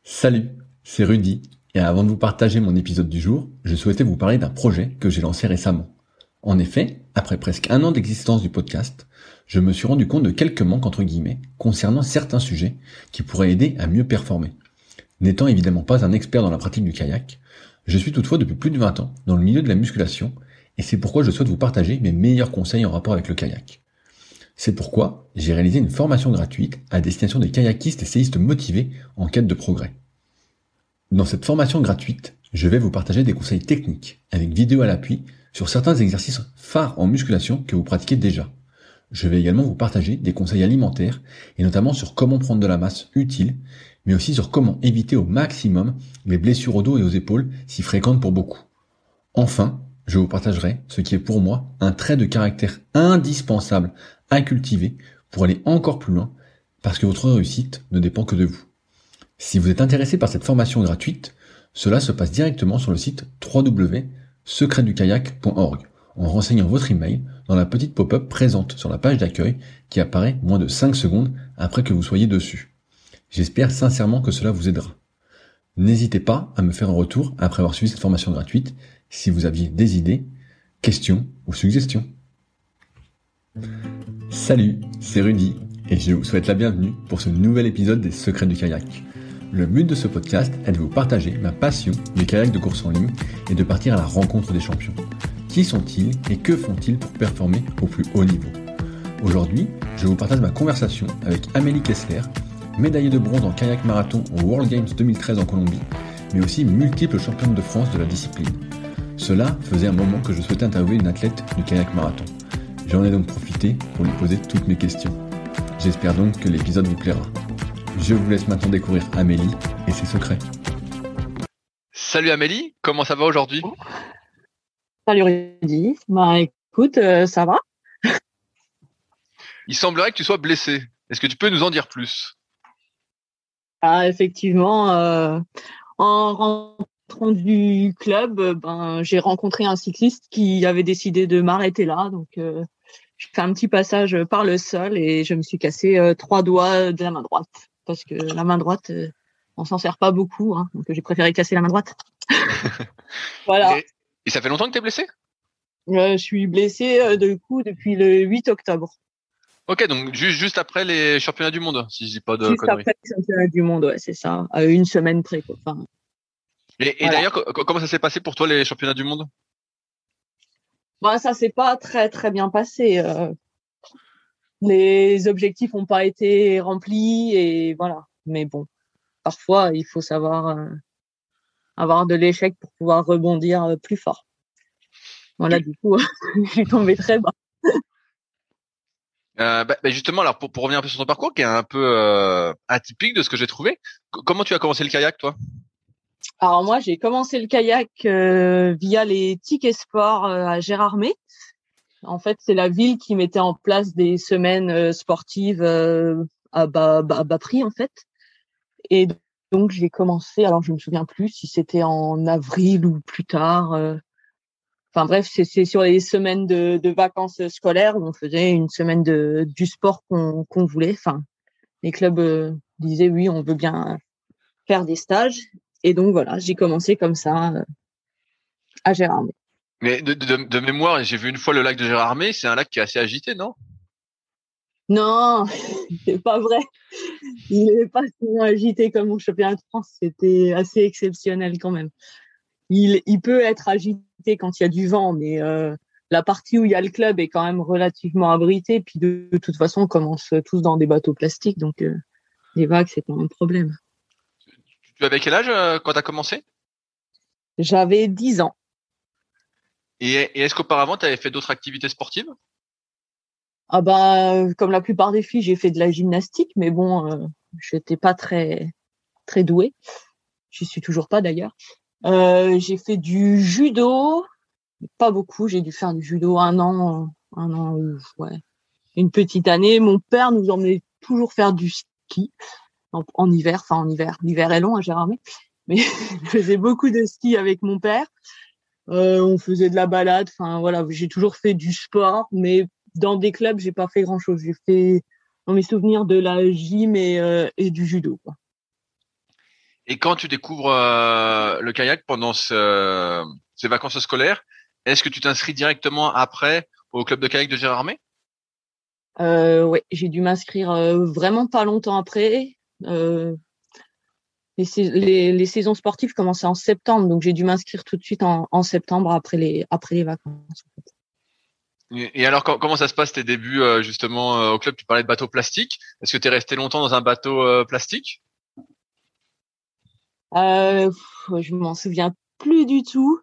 Salut, c'est Rudy, et avant de vous partager mon épisode du jour, je souhaitais vous parler d'un projet que j'ai lancé récemment. En effet, après presque un an d'existence du podcast, je me suis rendu compte de quelques manques entre guillemets concernant certains sujets qui pourraient aider à mieux performer. N'étant évidemment pas un expert dans la pratique du kayak, je suis toutefois depuis plus de 20 ans dans le milieu de la musculation, et c'est pourquoi je souhaite vous partager mes meilleurs conseils en rapport avec le kayak. C'est pourquoi j'ai réalisé une formation gratuite à destination des kayakistes et séistes motivés en quête de progrès. Dans cette formation gratuite, je vais vous partager des conseils techniques, avec vidéo à l'appui, sur certains exercices phares en musculation que vous pratiquez déjà. Je vais également vous partager des conseils alimentaires, et notamment sur comment prendre de la masse utile, mais aussi sur comment éviter au maximum les blessures au dos et aux épaules si fréquentes pour beaucoup. Enfin, je vous partagerai ce qui est pour moi un trait de caractère indispensable à cultiver pour aller encore plus loin, parce que votre réussite ne dépend que de vous. Si vous êtes intéressé par cette formation gratuite, cela se passe directement sur le site www.secretdukayak.org en renseignant votre email dans la petite pop-up présente sur la page d'accueil qui apparaît moins de 5 secondes après que vous soyez dessus. J'espère sincèrement que cela vous aidera. N'hésitez pas à me faire un retour après avoir suivi cette formation gratuite si vous aviez des idées, questions ou suggestions. Salut, c'est Rudy et je vous souhaite la bienvenue pour ce nouvel épisode des Secrets du kayak. Le but de ce podcast est de vous partager ma passion du kayak de course en ligne et de partir à la rencontre des champions. Qui sont-ils et que font-ils pour performer au plus haut niveau? Aujourd'hui, je vous partage ma conversation avec Amélie Kessler, médaillée de bronze en kayak marathon au World Games 2013 en Colombie, mais aussi multiple championne de France de la discipline. Cela faisait un moment que je souhaitais interviewer une athlète du kayak marathon. J'en ai donc profité pour lui poser toutes mes questions. J'espère donc que l'épisode vous plaira. Je vous laisse maintenant découvrir Amélie et ses secrets. Salut Amélie, comment ça va aujourd'hui? Salut Rudy. Bah écoute, ça va? Il semblerait que tu sois blessé. Est-ce que tu peux nous en dire plus? Ah, effectivement, en rentrant du club, j'ai rencontré un cycliste qui avait décidé de m'arrêter là. Donc, j'ai fait un petit passage par le sol et je me suis cassé 3 doigts de la main droite. Parce que la main droite, on s'en sert pas beaucoup. Hein, donc, j'ai préféré casser la main droite. Voilà. Et ça fait longtemps que t'es blessé? Je suis blessée depuis le 8 octobre. Ok, donc juste après les championnats du monde, si je dis pas de Juste conneries. après les championnats du monde, ouais, c'est ça. À une semaine près, quoi. Enfin, Et voilà. d'ailleurs, comment ça s'est passé pour toi les championnats du monde? Bah, ça s'est pas très très bien passé. Les objectifs n'ont pas été remplis et voilà. Mais bon, parfois il faut savoir avoir de l'échec pour pouvoir rebondir plus fort. Voilà, du coup, je suis tombée très bas. Justement, alors pour revenir un peu sur ton parcours, qui est un peu atypique de ce que j'ai trouvé, comment tu as commencé le kayak, toi? Alors moi, j'ai commencé le kayak via les tickets sport à Gérardmer. En fait, c'est la ville qui mettait en place des semaines sportives à bas prix, en fait. Et donc, j'ai commencé, alors je me souviens plus si c'était en avril ou plus tard. Enfin bref, c'est sur les semaines de vacances scolaires où on faisait une semaine du sport qu'on voulait. Enfin, les clubs disaient oui, on veut bien faire des stages. Et donc voilà, j'ai commencé comme ça à Gérardmer. Mais de mémoire, j'ai vu une fois le lac de Gérardmer, c'est un lac qui est assez agité, non? Non, c'est pas vrai. Il n'est pas si agité comme au championnat de France. C'était assez exceptionnel quand même. Il peut être agité quand il y a du vent, mais la partie où il y a le club est quand même relativement abritée. Puis de toute façon, on commence tous dans des bateaux plastiques, donc les vagues, c'est pas un problème. Tu avais quel âge quand t'as commencé? J'avais 10 ans. Et est-ce qu'auparavant, tu avais fait d'autres activités sportives? Ah bah, comme la plupart des filles, j'ai fait de la gymnastique, mais bon, je n'étais pas très très douée. Je suis toujours pas d'ailleurs. J'ai fait du judo, pas beaucoup. J'ai dû faire du judo un an, ouais, une petite année. Mon père nous emmenait toujours faire du ski en hiver. Enfin, en hiver. L'hiver est long à Gérardmer, mais je faisais beaucoup de ski avec mon père. On faisait de la balade. Enfin, voilà, j'ai toujours fait du sport, mais dans des clubs, j'ai pas fait grand-chose. J'ai fait, dans mes souvenirs, de la gym et du judo, quoi. Et quand tu découvres le kayak pendant ces vacances scolaires, est-ce que tu t'inscris directement après au club de kayak de Gérardmer? Ouais, j'ai dû m'inscrire vraiment pas longtemps après. Les saisons sportives commençaient en septembre, donc j'ai dû m'inscrire tout de suite en septembre après les vacances. En fait. Et alors, comment ça se passe tes débuts justement au club? Tu parlais de bateau plastique. Est-ce que tu es resté longtemps dans un bateau plastique? Je m'en souviens plus du tout.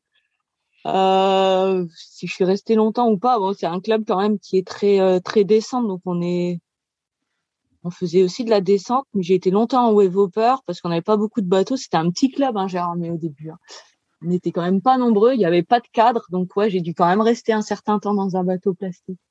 Si je suis restée longtemps ou pas. Bon, c'est un club quand même qui est très descente, donc on faisait aussi de la descente. Mais j'ai été longtemps en wave hopper parce qu'on n'avait pas beaucoup de bateaux. C'était un petit club, Gérardmer au début. On n'était quand même pas nombreux. Il n'y avait pas de cadre, donc ouais, j'ai dû quand même rester un certain temps dans un bateau plastique.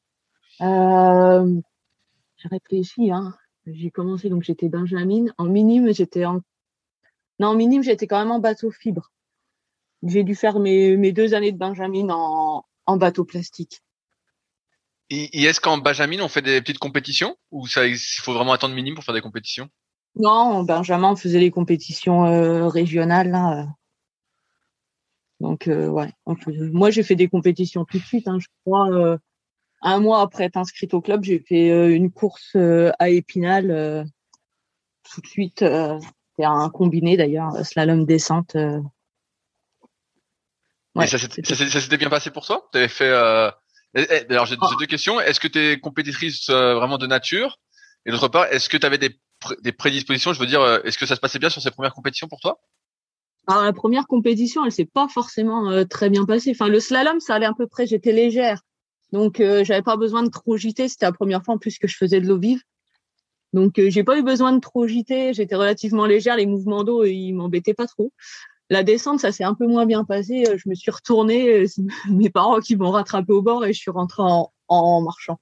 J'ai réfléchi. J'ai commencé, donc j'étais Benjamin. En minime, j'étais quand même en bateau fibre. J'ai dû faire mes 2 années de Benjamin en bateau plastique. Et est-ce qu'en Benjamin, on fait des petites compétitions ou il faut vraiment attendre minime pour faire des compétitions? Non, en Benjamin, on faisait les compétitions régionales. Là. Donc, ouais. Moi, j'ai fait des compétitions tout de suite. Je crois, 1 mois après être inscrite au club, j'ai fait une course à Épinal tout de suite. C'était un combiné d'ailleurs, slalom descente. Ouais, et ça s'était bien passé pour toi? T'avais fait. Alors j'ai 2 questions. Est-ce que tu es compétitrice vraiment de nature? Et d'autre part, est-ce que tu avais des prédispositions? Je veux dire, est-ce que ça se passait bien sur ces premières compétitions pour toi? Alors la première compétition, elle s'est pas forcément très bien passée. Enfin, le slalom, ça allait à peu près. J'étais légère, donc j'avais pas besoin de trop gîter. C'était la première fois en plus que je faisais de l'eau vive, donc j'ai pas eu besoin de trop gîter. J'étais relativement légère. Les mouvements d'eau, ils m'embêtaient pas trop. La descente, ça s'est un peu moins bien passé. Je me suis retournée, mes parents qui m'ont rattrapé au bord et je suis rentrée en marchant.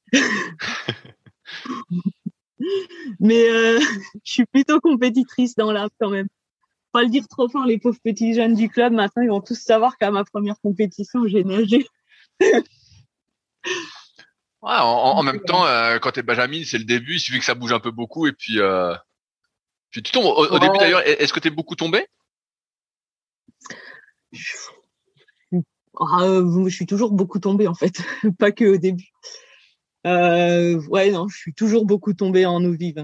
Mais je suis plutôt compétitrice dans l'âme quand même. Pas le dire trop fort, les pauvres petits jeunes du club, maintenant ils vont tous savoir qu'à ma première compétition, j'ai nagé. Ouais, en même temps, quand t'es Benjamin, c'est le début, il suffit que ça bouge un peu beaucoup et puis tu tombes. Au début d'ailleurs, est-ce que t'es beaucoup tombé? Je suis toujours beaucoup tombée en fait, pas que au début. Ouais, non, je suis toujours beaucoup tombée en eau vive.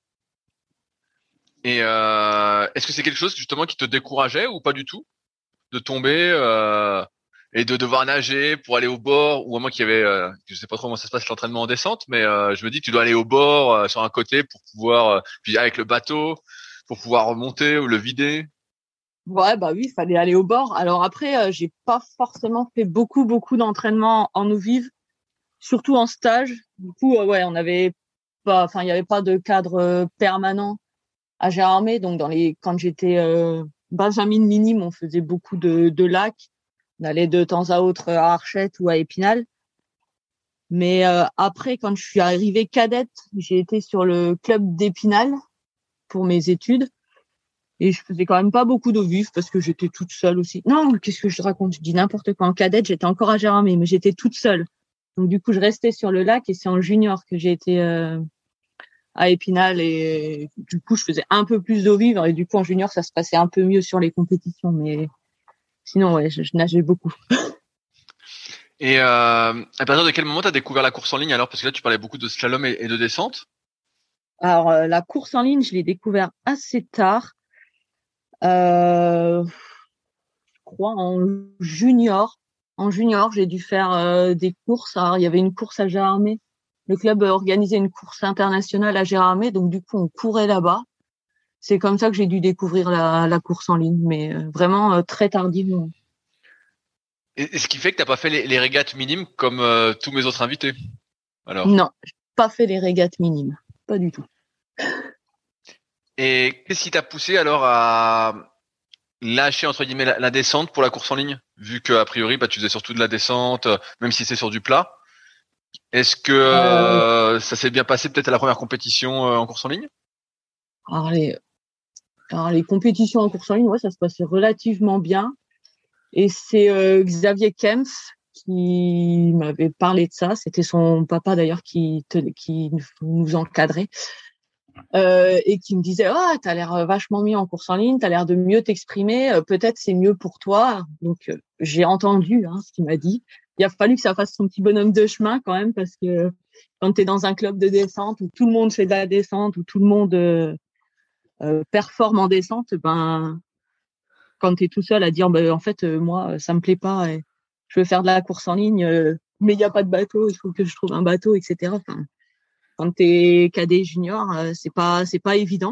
Et est-ce que c'est quelque chose justement qui te décourageait ou pas du tout de tomber et de devoir nager pour aller au bord, ou à moins qu'il y avait, je sais pas trop comment ça se passe l'entraînement en descente, mais je me dis que tu dois aller au bord sur un côté pour pouvoir, puis avec le bateau pour pouvoir remonter ou le vider. Ouais, bah oui, il fallait aller au bord. Alors après, j'ai pas forcément fait beaucoup d'entraînement en eau vive, surtout en stage. Du coup, ouais, il y avait pas de cadre permanent à Gérardmer. Donc quand j'étais Benjamin minime, on faisait beaucoup de lacs. On allait de temps à autre à Archette ou à Épinal. Mais après, quand je suis arrivée cadette, j'ai été sur le club d'Épinal pour mes études. Et je faisais quand même pas beaucoup d'eau vive parce que j'étais toute seule aussi. Non, qu'est-ce que je raconte? Je dis n'importe quoi. En cadette, j'étais encore à Gérardmer, mais j'étais toute seule. Donc du coup, je restais sur le lac et c'est en junior que j'ai été à Épinal et du coup, je faisais un peu plus d'eau vive et du coup, en junior, ça se passait un peu mieux sur les compétitions. Mais sinon, ouais, je nageais beaucoup. Et à partir de quel moment tu as découvert la course en ligne alors? Parce que là, tu parlais beaucoup de slalom et de descente. Alors, la course en ligne, je l'ai découvert assez tard. Je crois en junior. En junior, j'ai dû faire des courses. Alors, il y avait une course à Gérardmer. Le club organisait une course internationale à Gérardmer, donc du coup, on courait là-bas. C'est comme ça que j'ai dû découvrir la course en ligne, mais vraiment très tardivement. Et ce qui fait que t'as pas fait les régates minimes comme tous mes autres invités. Alors. Non, j'ai pas fait les régates minimes, pas du tout. Et qu'est-ce qui t'a poussé alors à lâcher entre guillemets la descente pour la course en ligne, vu que a priori tu faisais surtout de la descente, même si c'est sur du plat. Est-ce que ça s'est bien passé peut-être à la première compétition en course en ligne? Alors les compétitions en course en ligne, ouais, ça se passait relativement bien. Et c'est Xavier Kempf qui m'avait parlé de ça. C'était son papa d'ailleurs qui nous encadrait. et qui me disait t'as l'air vachement mieux en course en ligne, t'as l'air de mieux t'exprimer, peut-être c'est mieux pour toi. Donc j'ai entendu ce qu'il m'a dit. Il a fallu que ça fasse son petit bonhomme de chemin quand même, parce que quand t'es dans un club de descente où tout le monde fait de la descente, où tout le monde performe en descente, ben quand t'es tout seul à dire en fait moi ça me plaît pas et je veux faire de la course en ligne, mais il y a pas de bateau, il faut que je trouve un bateau, etc. Enfin, quand t'es cadet junior, c'est pas évident.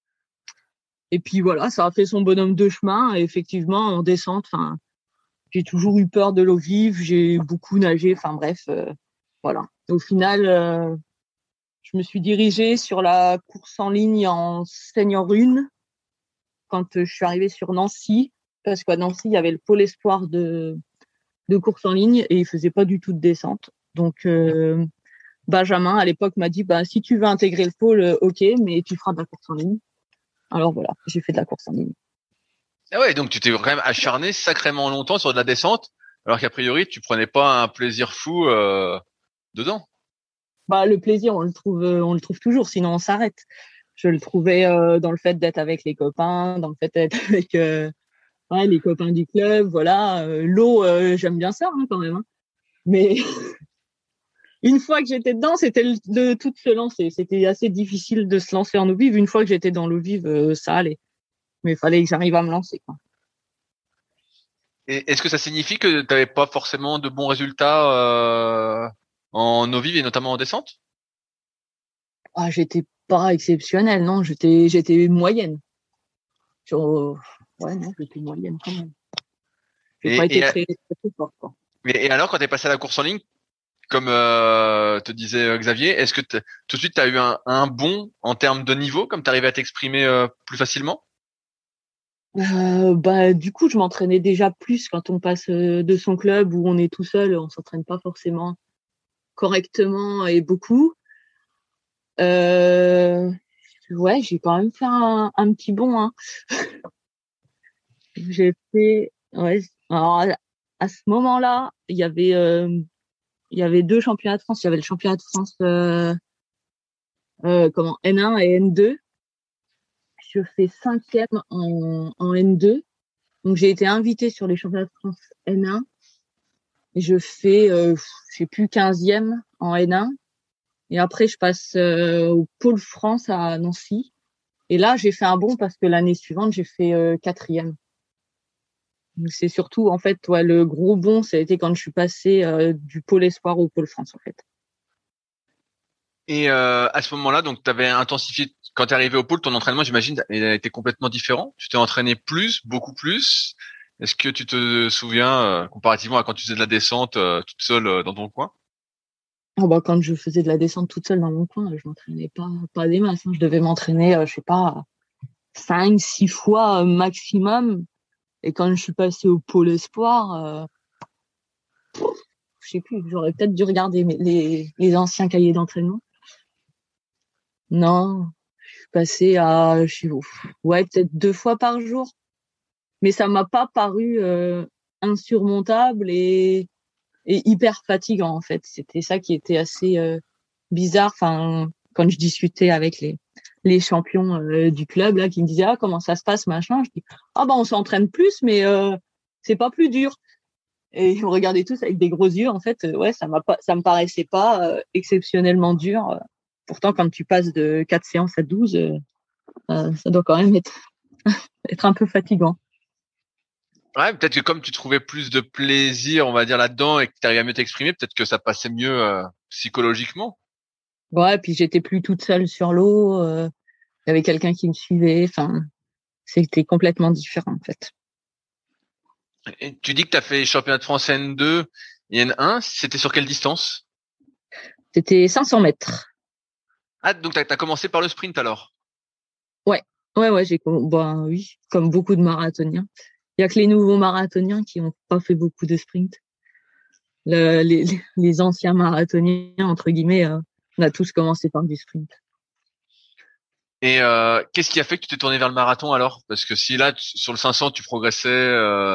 Et puis voilà, ça a fait son bonhomme de chemin. Et effectivement, en descente, enfin, j'ai toujours eu peur de l'eau vive, j'ai beaucoup nagé. Enfin bref, voilà. Au final, je me suis dirigée sur la course en ligne en senior 1 quand je suis arrivée sur Nancy, parce qu'à Nancy, il y avait le pôle espoir de course en ligne et il faisait pas du tout de descente. Donc Benjamin, à l'époque, m'a dit, si tu veux intégrer le pôle, ok, mais tu feras de la course en ligne. Alors voilà, j'ai fait de la course en ligne. Ah ouais, donc tu t'es quand même acharné sacrément longtemps sur de la descente, alors qu'a priori, tu prenais pas un plaisir fou dedans. Le plaisir, on le trouve toujours, sinon on s'arrête. Je le trouvais dans le fait d'être avec les copains, dans le fait d'être avec les copains du club, voilà. L'eau, j'aime bien ça quand même. Mais une fois que j'étais dedans, c'était de tout se lancer. C'était assez difficile de se lancer en eau vive. Une fois que j'étais dans l'eau vive, ça allait. Mais il fallait que j'arrive à me lancer, quoi. Et est-ce que ça signifie que tu n'avais pas forcément de bons résultats en eau vive et notamment en descente? J'étais pas exceptionnelle, non. J'étais moyenne. Ouais, non, j'étais moyenne quand même. J'ai pas été très, très forte, quoi. Et alors, quand tu es passé à la course en ligne, comme te disait Xavier, est-ce que tout de suite tu as eu un bond en termes de niveau, comme tu arrivais à t'exprimer plus facilement? Du coup, je m'entraînais déjà plus quand on passe de son club où on est tout seul, on s'entraîne pas forcément correctement et beaucoup. Ouais, j'ai quand même fait un petit bond, hein. J'ai fait, ouais. Alors, à ce moment-là, il y avait deux championnats de France. Il y avait le championnat de France, N1 et N2. Je fais 5e en N2. Donc, j'ai été invitée sur les championnats de France N1. Et je fais, je sais plus, 15e en N1. Et après, je passe au Pôle France à Nancy. Et là, j'ai fait un bond parce que l'année suivante, j'ai fait 4e. Donc, c'est surtout, en fait, le gros bond, ça a été quand je suis passée du Pôle Espoir au Pôle France, en fait. Et à ce moment-là, donc tu avais intensifié, quand tu es arrivé au pôle, ton entraînement, j'imagine, il a été complètement différent. Tu t'es entraîné plus, beaucoup plus. Est-ce que tu te souviens, comparativement à quand tu faisais de la descente toute seule dans ton coin? Quand je faisais de la descente toute seule dans mon coin, je m'entraînais pas des masses, hein. Je devais m'entraîner, je sais pas, 5, 6 fois maximum. Et quand je suis passée au Pôle Espoir, je sais plus, j'aurais peut-être dû regarder les anciens cahiers d'entraînement. Non, je suis passée à, peut-être 2 fois par jour. Mais ça m'a pas paru insurmontable et hyper fatigant, en fait. C'était ça qui était assez bizarre. Enfin, quand je discutais avec les champions du club là, qui me disaient comment ça se passe, machin, je dis on s'entraîne plus, mais c'est pas plus dur. Et ils me regardaient tous avec des gros yeux. En fait, ça me paraissait pas exceptionnellement dur. Pourtant, quand tu passes de 4 séances à 12, ça doit quand même être un peu fatigant. Ouais, peut-être que comme tu trouvais plus de plaisir, on va dire, là-dedans et que tu arrivais à mieux t'exprimer, peut-être que ça passait mieux psychologiquement. Ouais, puis j'étais plus toute seule sur l'eau. Il y avait quelqu'un qui me suivait. Enfin, c'était complètement différent, en fait. Et tu dis que tu as fait championnat de France N2 et N1, c'était sur quelle distance? C'était 500 mètres. Ah, donc t'as commencé par le sprint alors? Ouais, oui, comme beaucoup de marathoniens. Il y a que les nouveaux marathoniens qui ont pas fait beaucoup de sprint. Les anciens marathoniens, entre guillemets, on a tous commencé par du sprint. Et qu'est-ce qui a fait que tu t'es tourné vers le marathon alors? Parce que si là, sur le 500, tu progressais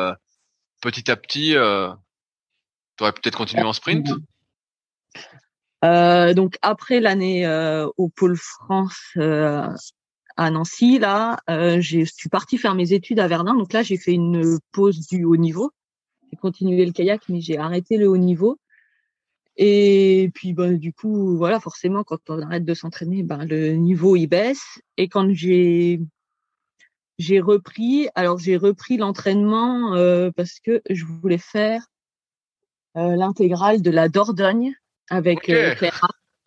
petit à petit, tu aurais peut-être continué en sprint. Donc après l'année au Pôle France à Nancy, là, je suis partie faire mes études à Verdun. Donc là, j'ai fait une pause du haut niveau. J'ai continué le kayak, mais j'ai arrêté le haut niveau. Et puis, du coup, voilà, forcément, quand on arrête de s'entraîner, le niveau il baisse. Et quand j'ai repris, alors j'ai repris l'entraînement parce que je voulais faire l'intégrale de la Dordogne avec Clara.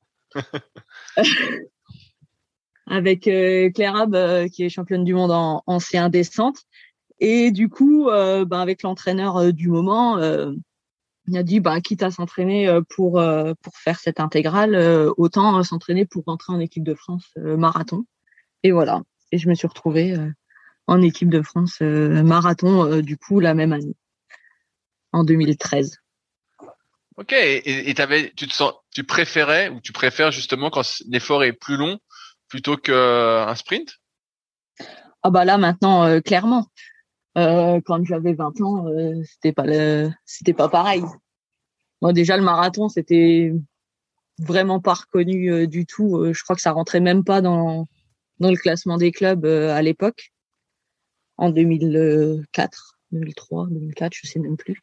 Avec Claire Ab, qui est championne du monde en C1 descente. Et du coup, avec l'entraîneur du moment, il a dit, quitte à s'entraîner pour faire cette intégrale, autant s'entraîner pour rentrer en équipe de France marathon. Et voilà. Et je me suis retrouvée en équipe de France marathon, du coup, la même année, en 2013. Ok. Et tu préférais ou tu préfères justement quand l'effort est plus long plutôt qu'un sprint? Ah là maintenant clairement. Quand j'avais 20 ans, c'était pas pareil. Moi déjà le marathon c'était vraiment pas reconnu du tout. Je crois que ça rentrait même pas dans le classement des clubs à l'époque, en 2004, 2003, 2004, je sais même plus.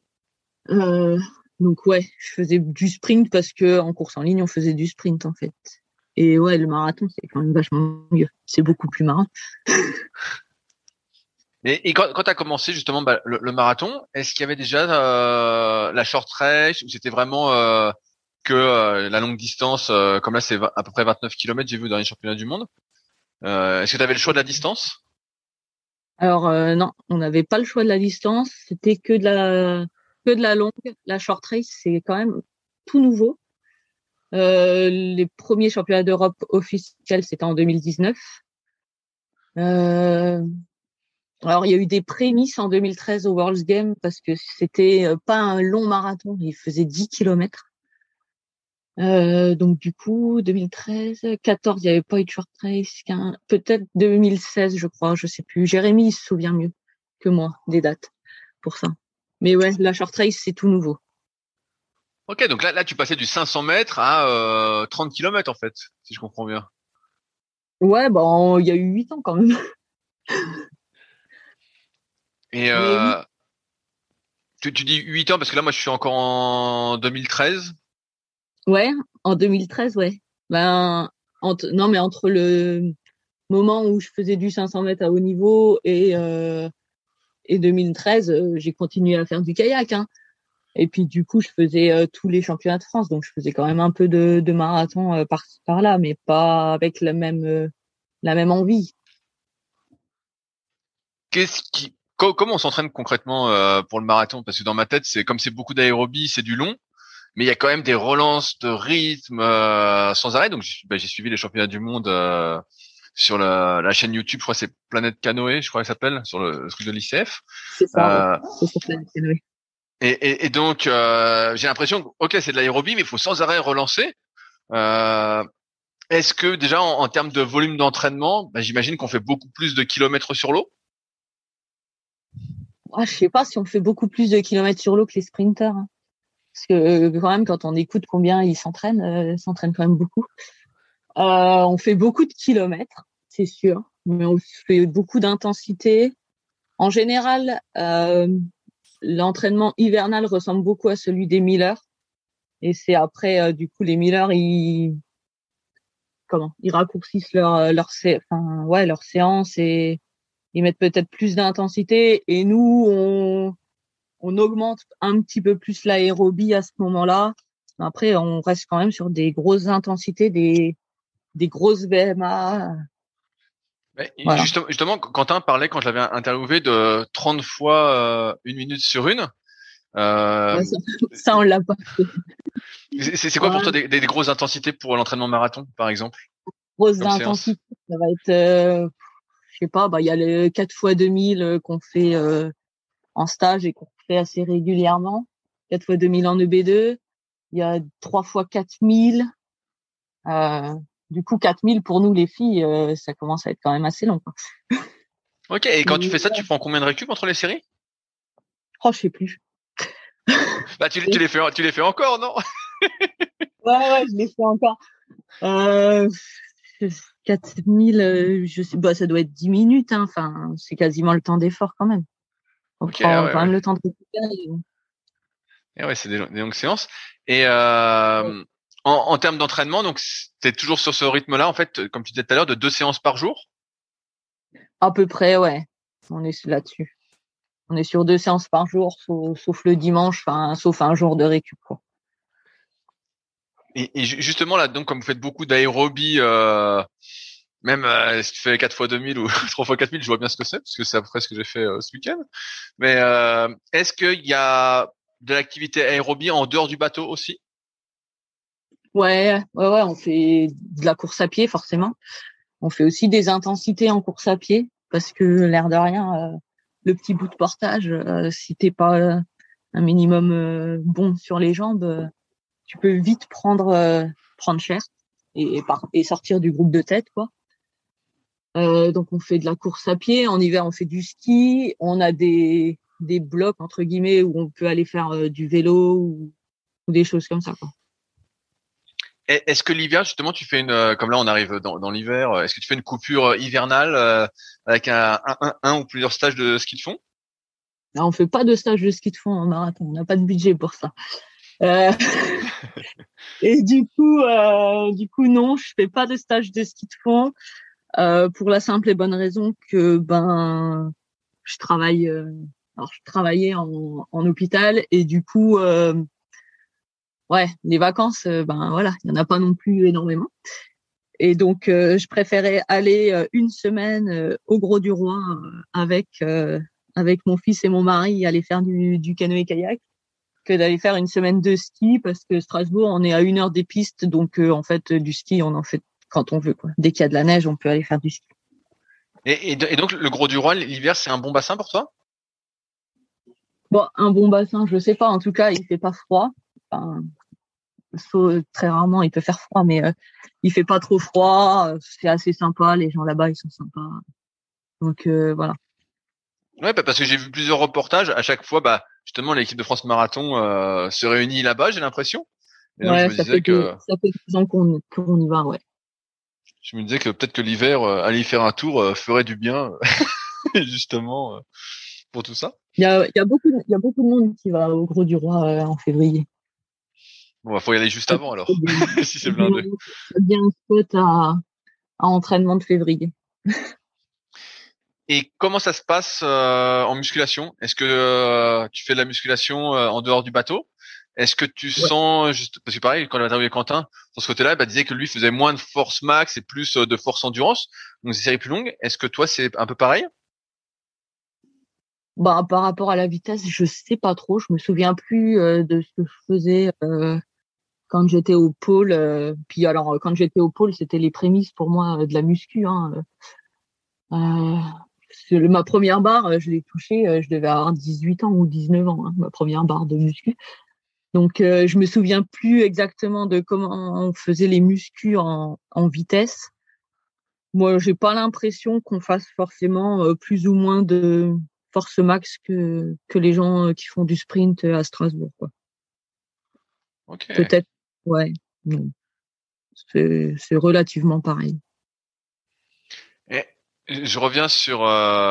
Donc ouais, je faisais du sprint parce que en course en ligne on faisait du sprint en fait. Et ouais, le marathon, c'est quand même vachement mieux. C'est beaucoup plus marrant. Et quand tu as commencé justement le marathon, est-ce qu'il y avait déjà la short race ou c'était vraiment que la longue distance, comme là c'est à peu près 29 km, j'ai vu dans les championnats du monde. Est-ce que tu avais le choix de la distance? Alors non, on n'avait pas le choix de la distance. C'était que de la longue. La short race, c'est quand même tout nouveau. Les premiers championnats d'Europe officiels, c'était en 2019. Alors, il y a eu des prémices en 2013 au World's Games parce que c'était pas un long marathon, il faisait 10 kilomètres. Donc, du coup, 2013, 14, il n'y avait pas eu de short race, peut-être 2016, je crois, je sais plus. Jérémy, il se souvient mieux que moi des dates pour ça. Mais ouais, la short race, c'est tout nouveau. Ok, donc là, tu passais du 500 mètres à 30 km en fait, si je comprends bien. Ouais, il y a eu 8 ans quand même. Et Oui. tu dis 8 ans parce que là, moi, je suis encore en 2013. Ouais, en 2013, ouais. Non, mais entre le moment où je faisais du 500 mètres à haut niveau et 2013, j'ai continué à faire du kayak, hein. Et puis du coup, je faisais tous les championnats de France, donc je faisais quand même un peu de marathon par là, mais pas avec la même envie. Comment on s'entraîne concrètement pour le marathon? Parce que dans ma tête, c'est comme c'est beaucoup d'aérobie, c'est du long, mais il y a quand même des relances de rythme sans arrêt. Donc j'ai suivi les championnats du monde sur la chaîne YouTube, je crois que c'est Planète Canoë, je crois qu'elle s'appelle, sur le truc de l'ICF. C'est ça, ouais. C'est sur Planète Canoë. Et donc j'ai l'impression que ok, c'est de l'aérobie, mais il faut sans arrêt relancer. Est-ce que déjà en termes de volume d'entraînement, j'imagine qu'on fait beaucoup plus de kilomètres sur l'eau? Je sais pas si on fait beaucoup plus de kilomètres sur l'eau que les sprinters, hein. Parce que quand même, quand on écoute combien ils s'entraînent quand même beaucoup. On fait beaucoup de kilomètres, c'est sûr, mais on fait beaucoup d'intensité. En général, l'entraînement hivernal ressemble beaucoup à celui des millers. Et c'est après, du coup, les millers, ils raccourcissent leur séance et ils mettent peut-être plus d'intensité. Et nous, on augmente un petit peu plus l'aérobie à ce moment-là. Après, on reste quand même sur des grosses intensités, des grosses BMA. Voilà. Justement, Quentin parlait quand je l'avais interviewé de 30 fois 1 minute sur une. Ça, on l'a pas fait. C'est quoi pour toi des grosses intensités pour l'entraînement marathon, par exemple? Grosses intensités, ça va être, je sais pas, il y a le 4 x 2000 qu'on fait en stage et qu'on fait assez régulièrement. 4 x 2000 en EB2. Il y a 3 x 4000. Du coup, 4000 pour nous les filles, ça commence à être quand même assez long, quoi. Ok, et quand tu fais ça, tu prends combien de récup entre les séries? Oh, je sais plus. Tu les fais encore, non? Ouais, je l'ai fait encore. 4000, je sais, bah, ça doit être 10 minutes, hein. Enfin, c'est quasiment le temps d'effort quand même. On Ok, ah prend ouais, quand ouais. même le temps de récupérer. Et ouais, c'est des longues séances. Et en termes d'entraînement, donc t'es toujours sur ce rythme-là, en fait, comme tu disais tout à l'heure, de 2 séances par jour. À peu près, ouais. On est là-dessus. On est sur 2 séances par jour, sauf le dimanche, enfin, sauf un jour de récup, quoi. Et justement là, donc comme vous faites beaucoup d'aérobie, même si tu fais 4 fois 2000 ou 3 fois 4000, je vois bien ce que c'est, parce que c'est à peu près ce que j'ai fait ce week-end. Mais est-ce qu'il y a de l'activité aérobie en dehors du bateau aussi? Ouais, on fait de la course à pied, forcément. On fait aussi des intensités en course à pied, parce que l'air de rien, le petit bout de portage, si t'es pas un minimum bon sur les jambes, tu peux vite prendre cher et sortir du groupe de tête, quoi. Donc on fait de la course à pied. En hiver, on fait du ski. On a des blocs entre guillemets où on peut aller faire du vélo ou des choses comme ça, quoi. Est-ce que l'hiver, justement, tu fais comme là on arrive dans l'hiver, est-ce que tu fais une coupure hivernale avec un ou plusieurs stages de ski de fond? Là, on fait pas de stage de ski de fond en marathon. On n'a pas de budget pour ça. Euh, et du coup, non, je fais pas de stage de ski de fond pour la simple et bonne raison que je travaille. Alors, je travaillais en hôpital et du coup, ouais, les vacances, voilà, il y en a pas non plus énormément. Et donc, je préférais aller une semaine au Gros du Roi avec mon fils et mon mari aller faire du canoë-kayak que d'aller faire une semaine de ski parce que Strasbourg, on est à 1 heure des pistes. Donc, en fait, du ski, on en fait quand on veut, quoi. Dès qu'il y a de la neige, on peut aller faire du ski. Et donc le Gros du Roi, l'hiver, c'est un bon bassin pour toi? Bon, un bon bassin, je sais pas. En tout cas, il fait pas froid. Enfin, très rarement, il peut faire froid, mais il fait pas trop froid. C'est assez sympa. Les gens là-bas, ils sont sympas. Donc, voilà. Ouais, parce que j'ai vu plusieurs reportages. À chaque fois, bah justement, l'équipe de France Marathon se réunit là-bas, j'ai l'impression. Et donc Ouais, ça fait 2 ans qu'on y va, ouais. je me disais que peut-être que l'hiver, aller y faire un tour ferait du bien, justement, pour tout ça. Il y a beaucoup de monde qui va au Gros du Roi en février. Bon, bah, faut y aller juste avant C'est alors, bien, si c'est blindé. c'est bien un spot à entraînement de février. Et comment ça se passe en musculation? Est-ce que tu fais de la musculation en dehors du bateau? Est-ce que tu Ouais. sens juste parce que pareil quand on a interviewé Quentin sur ce côté-là, bah, disait que lui faisait moins de force max et plus de force endurance, donc des séries plus longues. Est-ce que toi c'est un peu pareil? Bah, par rapport à la vitesse, je sais pas trop. Je me souviens plus de ce que je faisais quand j'étais au pôle. Puis alors, quand j'étais au pôle, c'était les prémices pour moi de la muscu, hein. Ma première barre, je l'ai touchée, je devais avoir 18 ans ou 19 ans, hein, ma première barre de muscu. Donc, je me souviens plus exactement de comment on faisait les muscles en vitesse. Moi, j'ai pas l'impression qu'on fasse forcément plus ou moins de force max que les gens qui font du sprint à Strasbourg, quoi. Ok. Peut-être, ouais, non. C'est relativement pareil. Et je reviens sur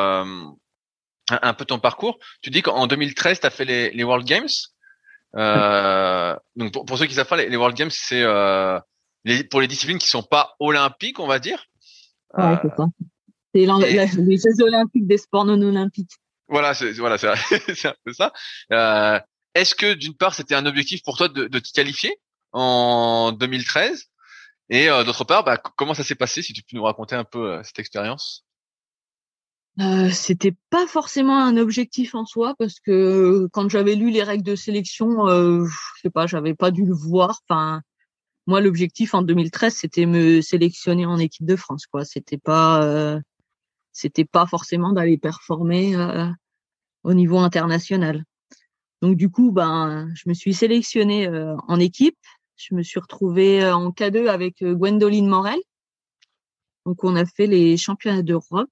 un peu ton parcours. Tu dis qu'en 2013, tu as fait les World Games. Ouais, Donc pour ceux qui savent pas, les World Games, c'est pour les disciplines qui sont pas olympiques, on va dire. ouais, Euh, c'est ça. C'est et les Jeux olympiques des sports non olympiques. voilà, c'est c'est un peu ça. Euh, Est-ce que d'une part, c'était un objectif pour toi de t'y qualifier en 2013 et d'autre part, bah, comment ça s'est passé, si tu peux nous raconter un peu cette expérience? C'était pas forcément un objectif en soi parce que quand j'avais lu les règles de sélection, je sais pas, j'avais pas dû le voir. Enfin, moi, l'objectif en 2013, c'était me sélectionner en équipe de France, quoi. C'était pas forcément d'aller performer au niveau international. Donc du coup, je me suis sélectionnée en équipe. Je me suis retrouvée en K2 avec Gwendoline Morel. Donc on a fait les championnats d'Europe.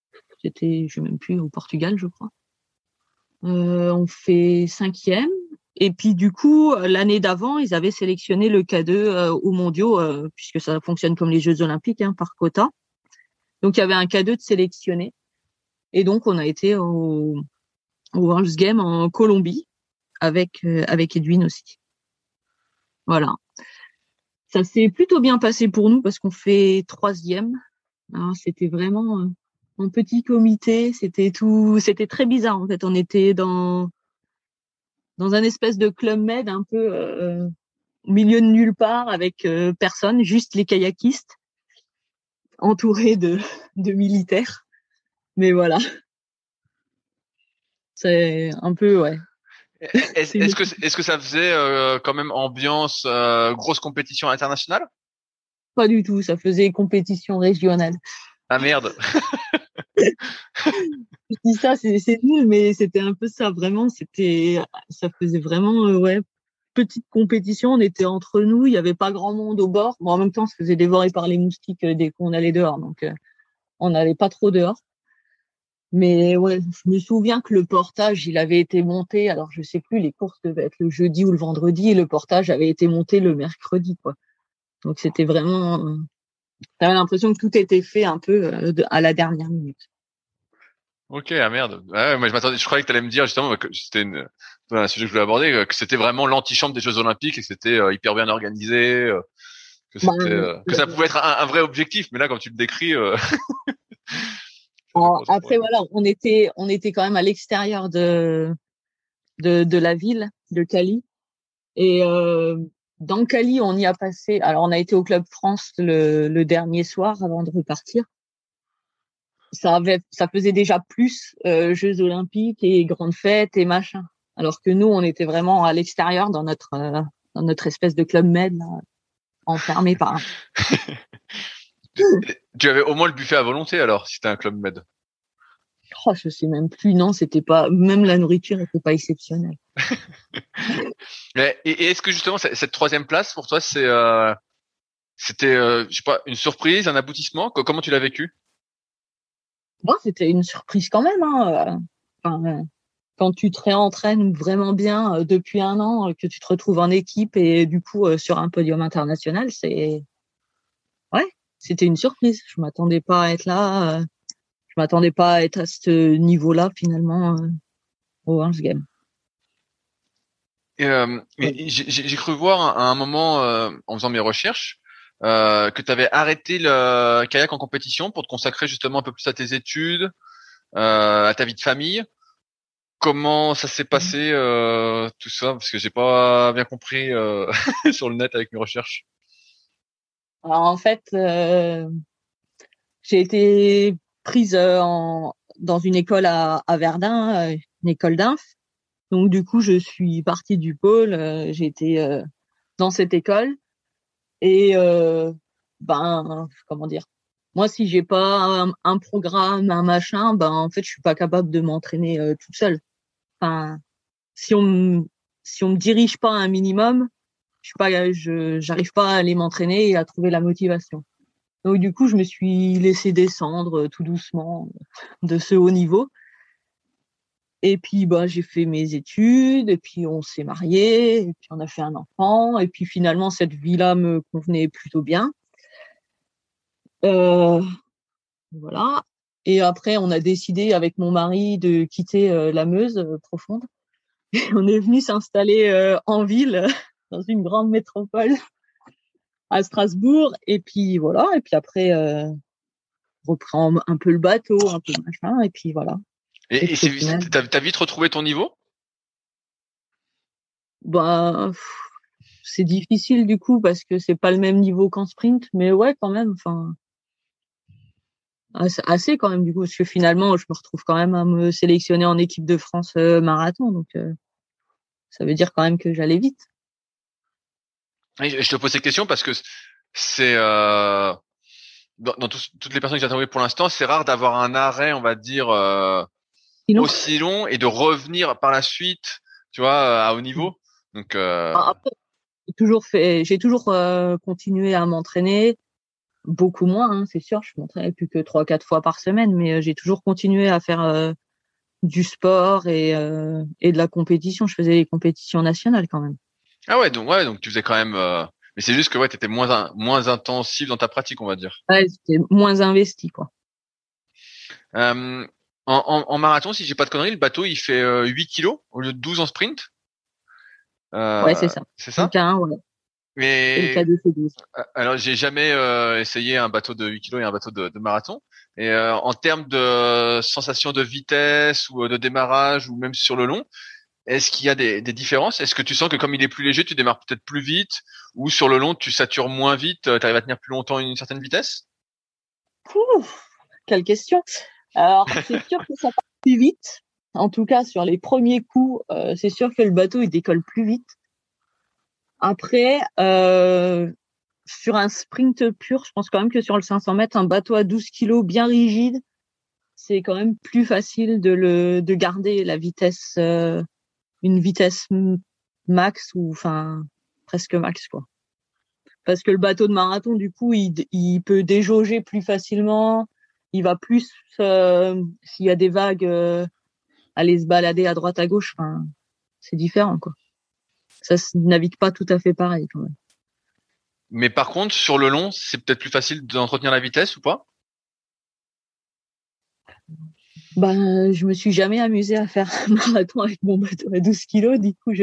C'était, je sais même plus, au Portugal, je crois. On fait 5e Et puis du coup, l'année d'avant, ils avaient sélectionné le K2 aux mondiaux, puisque ça fonctionne comme les Jeux Olympiques, par quota. Donc il y avait un K2 de sélectionné. Et donc on a été au World Games en Colombie avec Edwin aussi. Voilà. Ça s'est plutôt bien passé pour nous parce qu'on fait 3e. Alors, c'était vraiment en petit comité. C'était très bizarre en fait. On était dans un espèce de club med un peu au milieu de nulle part avec personne, juste les kayakistes entourés de militaires. Mais voilà, c'est un peu ouais. Est-ce que ça faisait quand même ambiance grosse compétition internationale? Pas du tout, ça faisait compétition régionale. Ah merde. Je dis ça, c'est nul, mais c'était un peu ça, vraiment. Ça faisait vraiment, ouais, petite compétition. On était entre nous, il y avait pas grand monde au bord. Bon, en même temps, on se faisait dévorer par les moustiques dès qu'on allait dehors, donc on n'allait pas trop dehors. Mais ouais, je me souviens que le portage, il avait été monté. Alors, je sais plus, les courses devaient être le jeudi ou le vendredi, et le portage avait été monté le mercredi, quoi. Donc, c'était vraiment. T'avais l'impression que tout était fait un peu à la dernière minute. Ok, ah merde. Ouais, moi je croyais que t'allais me dire justement que c'était un sujet que je voulais aborder, que c'était vraiment l'antichambre des Jeux Olympiques et que c'était hyper bien organisé, que c'était que ça pouvait être un vrai objectif. Mais là, comme tu le décris. Après voilà, on était quand même à l'extérieur de la ville de Cali et dans Cali on y a passé. Alors on a été au Club France le dernier soir avant de repartir. Ça faisait déjà plus Jeux Olympiques et grandes fêtes et machin. Alors que nous on était vraiment à l'extérieur dans notre espèce de club med là, enfermé par. Tu avais au moins le buffet à volonté alors, si c'était un club med. Oh, je sais même plus. Non, c'était pas. Même la nourriture n'était pas exceptionnelle. Et est-ce que justement cette 3e place pour toi c'était je sais pas une surprise, un aboutissement? Comment tu l'as vécu? Bon, c'était une surprise quand même. Enfin, quand tu te réentraînes vraiment bien depuis un an, que tu te retrouves en équipe et du coup sur un podium international, c'était une surprise. Je m'attendais pas à être là. Je m'attendais pas à être à ce niveau-là finalement au World Games. J'ai cru voir à un moment en faisant mes recherches que tu avais arrêté le kayak en compétition pour te consacrer justement un peu plus à tes études, à ta vie de famille. Comment ça s'est passé tout ça? Parce que j'ai pas bien compris sur le net avec mes recherches. Alors en fait, j'ai été prise dans une école à Verdun, une école d'inf. Donc du coup, je suis partie du pôle. J'ai été dans cette école et comment dire. Moi, si j'ai pas un programme, un machin, en fait, je suis pas capable de m'entraîner toute seule. Enfin, si on me dirige pas un minimum, j'arrive pas à aller m'entraîner et à trouver la motivation. Donc du coup, je me suis laissée descendre tout doucement de ce haut niveau. Et puis j'ai fait mes études, et puis on s'est mariés, et puis on a fait un enfant, et puis finalement cette vie-là me convenait plutôt bien. Voilà. Et après, on a décidé avec mon mari de quitter la Meuse profonde. Et on est venu s'installer en ville, dans une grande métropole, à Strasbourg. Et puis voilà. Et puis après, on reprend un peu le bateau, un peu machin. Et puis voilà. Et t'as vite retrouvé ton niveau? C'est difficile du coup parce que c'est pas le même niveau qu'en sprint, mais ouais, quand même. Enfin, assez quand même du coup, parce que finalement, je me retrouve quand même à me sélectionner en équipe de France marathon, donc ça veut dire quand même que j'allais vite. Et je te pose ces questions parce que c'est dans toutes les personnes que j'ai interviewées pour l'instant, c'est rare d'avoir un arrêt, on va dire, aussi long et de revenir par la suite, tu vois, à haut niveau. Donc après, j'ai toujours continué à m'entraîner, beaucoup moins, c'est sûr. Je m'entraînais plus que 3-4 fois par semaine, mais j'ai toujours continué à faire du sport et de la compétition. Je faisais les compétitions nationales quand même. Ah donc tu faisais quand même. Mais c'est juste que ouais, t'étais moins intensif dans ta pratique, on va dire. Ouais, c'était moins investi, quoi. Euh, en marathon, si j'ai pas de conneries, le bateau il fait 8 kilos au lieu de 12 en sprint. Ouais, c'est ça. C'est Le ça? K1, ouais. Et le Mais K2, c'est 12. alors j'ai jamais essayé un bateau de 8 kilos et un bateau de marathon. Et en termes de sensation de vitesse ou de démarrage ou même sur le long, est-ce qu'il y a des différences? Est-ce que tu sens que comme il est plus léger, tu démarres peut-être plus vite ou sur le long, tu satures moins vite, tu arrives à tenir plus longtemps une certaine vitesse? Ouf, quelle question. Alors, c'est sûr que ça part plus vite. En tout cas, sur les premiers coups, c'est sûr que le bateau, il décolle plus vite. Après, sur un sprint pur, je pense quand même que sur le 500 mètres, un bateau à 12 kilos bien rigide, c'est quand même plus facile de garder la vitesse, une vitesse max ou enfin presque max, quoi. Parce que le bateau de marathon, du coup, il peut déjauger plus facilement. Il va plus, s'il y a des vagues, aller se balader à droite à gauche. Enfin, c'est différent, quoi. Ça se navigue pas tout à fait pareil, quand même. Mais par contre, sur le long, c'est peut-être plus facile d'entretenir la vitesse ou pas? Ben, je me suis jamais amusée à faire un marathon avec mon bateau à 12 kilos. Du coup,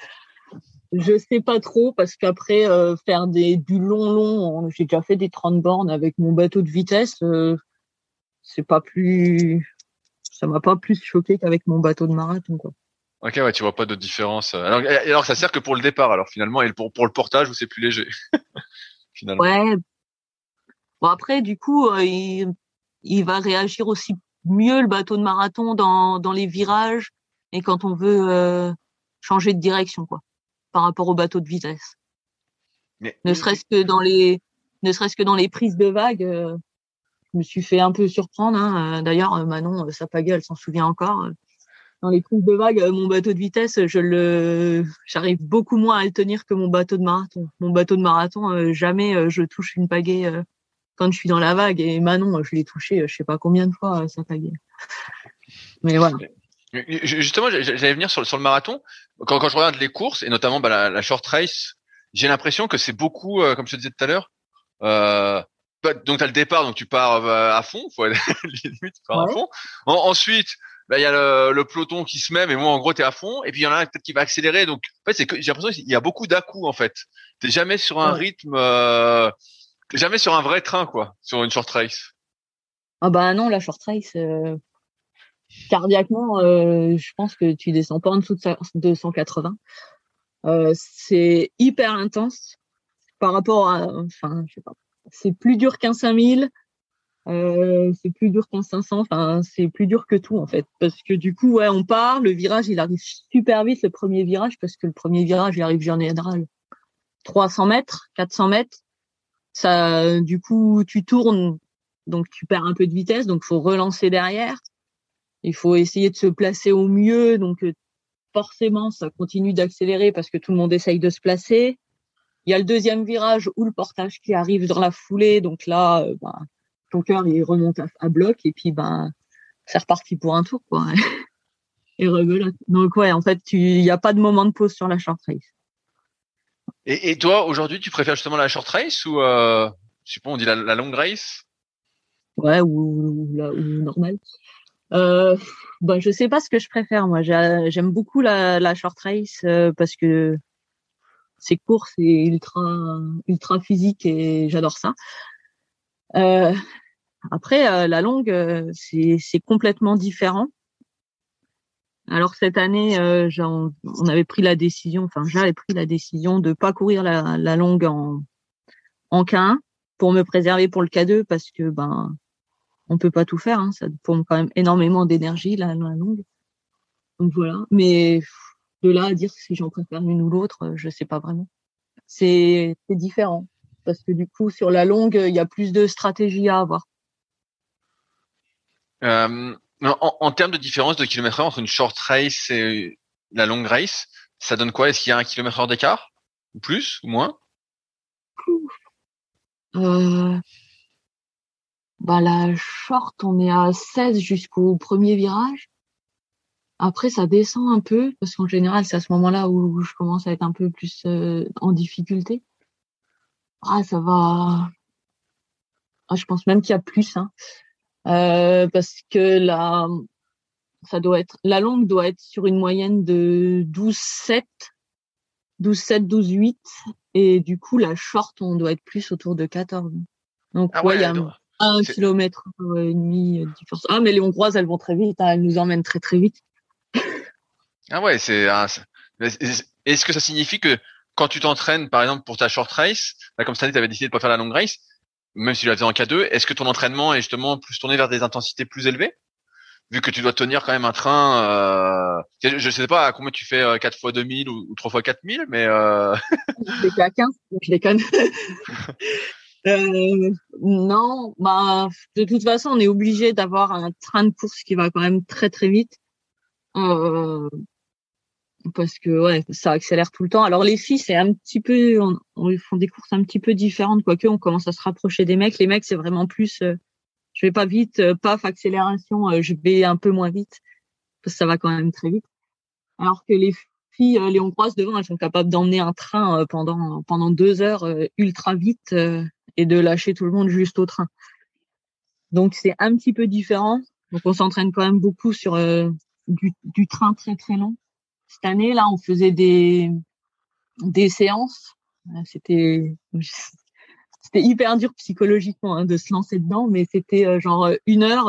je sais pas trop parce qu'après, faire du long, j'ai déjà fait des 30 bornes avec mon bateau de vitesse. C'est pas plus, ça m'a pas plus choqué qu'avec mon bateau de marathon, quoi. Ok, ouais, tu vois pas de différence. Alors ça sert que pour le départ, alors finalement, et pour le portage où c'est plus léger, finalement. Ouais. Bon, après, du coup, il va réagir aussi mieux le bateau de marathon dans les virages et quand on veut changer de direction, quoi, par rapport au bateau de vitesse. Mais, Ne serait-ce que dans les prises de vagues, je me suis fait un peu surprendre, hein. D'ailleurs, Manon Sapaga, elle s'en souvient encore. Dans les prises de vagues, mon bateau de vitesse, j'arrive beaucoup moins à le tenir que mon bateau de marathon. Mon bateau de marathon, jamais je touche une pagaie quand je suis dans la vague. Et Manon, je l'ai touché, je sais pas combien de fois sa pagaie. Mais voilà. Justement, j'allais venir sur le marathon. Quand je regarde les courses et notamment la short race, j'ai l'impression que c'est beaucoup, comme je te disais tout à l'heure. Donc t'as le départ, donc tu pars à fond, faut aller limite tu pars à Ouais. fond. Ensuite, il y a le peloton qui se met, mais moi en gros t'es à fond. Et puis il y en a un peut-être qui va accélérer. Donc en fait j'ai l'impression qu'il y a beaucoup d'à-coups en fait. T'es jamais sur un Ouais. rythme, t'es jamais sur un vrai train quoi, sur une short race. Ah bah non, la short race, cardiaquement, je pense que tu descends pas en dessous de 180. C'est hyper intense par rapport à, enfin, je sais pas. C'est plus dur qu'un 5000. C'est plus dur qu'un 500. Enfin, c'est plus dur que tout en fait, parce que du coup, ouais, on part. Le virage, il arrive super vite, le premier virage, parce que le premier virage, il arrive en général 300 mètres, 400 mètres. Ça, du coup, tu tournes, donc tu perds un peu de vitesse, donc faut relancer derrière. Il faut essayer de se placer au mieux, donc forcément, ça continue d'accélérer parce que tout le monde essaye de se placer. Il y a le deuxième virage ou le portage qui arrive dans la foulée, donc là, ton cœur il remonte à bloc et puis c'est reparti pour un tour, quoi. Et rebelote. Donc ouais, en fait, il y a pas de moment de pause sur la short race. Et toi aujourd'hui tu préfères justement la short race ou je sais pas, on dit la long race? Ouais, ou normal. Euh, je sais pas ce que je préfère, moi. J'aime beaucoup la short race parce que c'est court, c'est ultra physique et j'adore ça. Euh, Après, la longue, c'est complètement différent. Alors cette année, on avait pris la décision, enfin j'avais pris la décision de pas courir la longue en K1 pour me préserver pour le K2 parce que on peut pas tout faire, hein, ça pompe quand même énormément d'énergie la longue. Donc voilà. Mais de là à dire si j'en préfère l'une ou l'autre, je sais pas vraiment. C'est différent parce que du coup sur la longue, il y a plus de stratégie à avoir. En termes de différence de kilomètre heure entre une short race et la long race, ça donne quoi? Est-ce qu'il y a 1 km/h d'écart? Ou plus? Ou moins? Euh, la short, on est à 16 jusqu'au premier virage. Après, ça descend un peu parce qu'en général, c'est à ce moment-là où je commence à être un peu plus en difficulté. Ah, ça va. Ah, je pense même qu'il y a plus, hein. Parce que la longue doit être sur une moyenne de 12,7, 12,7, 12,8. Et du coup, la short, on doit être plus autour de 14. Donc, Ah ouais, il y ouais, a donc, 1 kilomètre et demi de différence. Ah, mais les Hongroises, elles vont très vite, hein, elles nous emmènent très, très vite. ah ouais, mais est-ce que ça signifie que quand tu t'entraînes, par exemple, pour ta short race, là, comme cette année, tu avais décidé de pas faire la long race, même si tu la faisais en K2, est-ce que ton entraînement est justement plus tourné vers des intensités plus élevées? Vu que tu dois tenir quand même un train, je sais pas à combien tu fais 4 fois 2000 ou 3 fois 4000, mais Je l'ai fait à 15, je déconne. Non, bah, de toute façon, on est obligé d'avoir un train de course qui va quand même très, très vite. Euh, Parce que ouais, ça accélère tout le temps. Alors les filles, c'est un petit peu, ils font des courses un petit peu différentes, quoique on commence à se rapprocher des mecs. Les mecs, c'est vraiment plus, je vais pas vite, paf, accélération, je vais un peu moins vite, parce que ça va quand même très vite. Alors que les filles, les hongroises devant, elles sont capables d'emmener un train pendant 2 heures ultra vite et de lâcher tout le monde juste au train. Donc c'est un petit peu différent. Donc on s'entraîne quand même beaucoup sur du train très très long. Cette année, là, on faisait des séances. C'était hyper dur psychologiquement de se lancer dedans, mais c'était genre 1 heure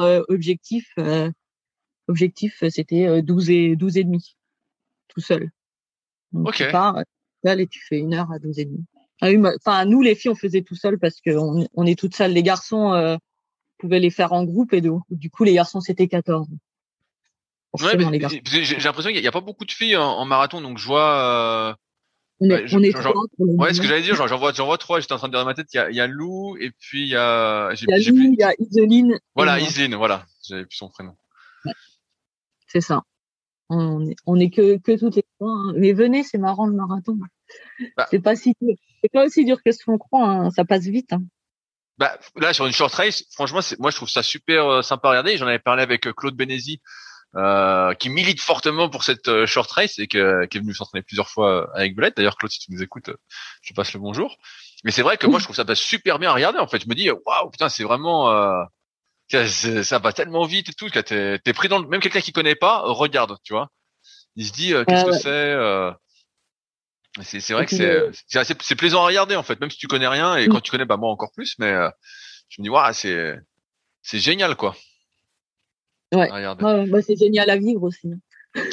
objectif c'était 12 et demi tout seul. Donc ok. tu pars tout seul et tu fais 1 heure à 12 et demi. Enfin nous les filles on faisait tout seul parce que on est toutes seules. Les garçons pouvaient les faire en groupe et du coup les garçons c'était 14. Ouais, Forcément les garçons. parce que j'ai l'impression qu'il y a pas beaucoup de filles en marathon, donc je vois. Ouais, On est trois pour le ouais, ce que moment. j'allais dire, j'en vois trois. J'étais en train de dire dans ma tête, il y a Lou et puis il y a, Il y a j'ai Lou, plus. il y a Iseline et Voilà, moi. Iseline, voilà, j'avais plus son prénom. Ouais, c'est ça. On est que toutes les trois, hein. Mais venez, c'est marrant le marathon. Bah, C'est pas si dur. C'est pas aussi dur que ce qu'on croit, hein. Ça passe vite, hein. bah, là sur une short race, franchement, moi je trouve ça super sympa à regarder. J'en avais parlé avec Claude Bénézy, qui milite fortement pour cette short race et qui est venu s'entraîner plusieurs fois avec Belette. D'ailleurs, Claude, si tu nous écoutes, je te passe le bonjour. Mais c'est vrai que moi je trouve ça super bien à regarder. En fait, je me dis waouh, putain, c'est vraiment ça va tellement vite et tout. Que t'es pris dans même quelqu'un qui connaît pas regarde, tu vois. Il se dit qu'est-ce que Ouais. c'est. C'est Et vrai que puis, c'est plaisant à regarder en fait, même si tu connais rien et quand tu connais bah moi encore plus. Mais je me dis waouh, c'est génial quoi ouais. à regarder. Ouais, bah, c'est génial à vivre aussi, hein.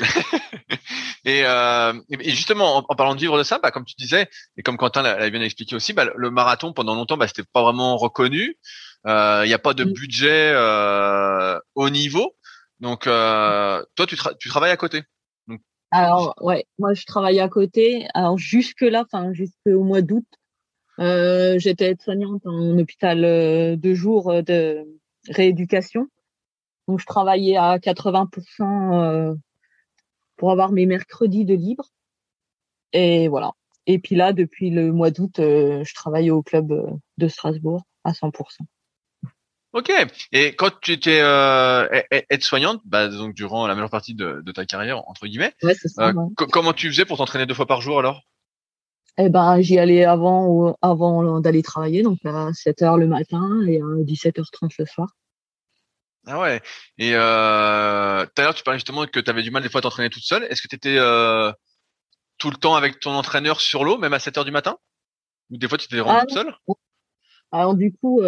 Et justement, en parlant de vivre de ça, bah, comme tu disais, et comme Quentin l'a bien expliqué aussi, bah, le marathon pendant longtemps, bah, c'était pas vraiment reconnu. Il n'y a pas de Mm. budget haut niveau. Donc, toi, tu travailles à côté. Donc, Alors, ouais, moi, je travaille à côté. Alors, jusque-là, enfin, jusqu'au mois d'août, j'étais aide-soignante en hôpital de jour de rééducation. Donc, je travaillais à 80% pour avoir mes mercredis de libre. Et voilà. Et puis là, depuis le mois d'août, je travaille au club de Strasbourg à 100%. ok. Et quand tu étais aide-soignante, bah, donc durant la majeure partie de ta carrière entre guillemets, Ouais, c'est ça. Ouais. comment tu faisais pour t'entraîner 2 fois par jour alors? Eh ben, j'y allais avant d'aller travailler, donc à 7 heures le matin et à 17h30 le soir. Ah ouais. Et tout à l'heure, tu parlais justement que tu avais du mal des fois à t'entraîner toute seule. Est-ce que tu étais tout le temps avec ton entraîneur sur l'eau, même à 7 heures du matin? Ou des fois, tu t'es rendu Ah toute non. seule? Alors du coup,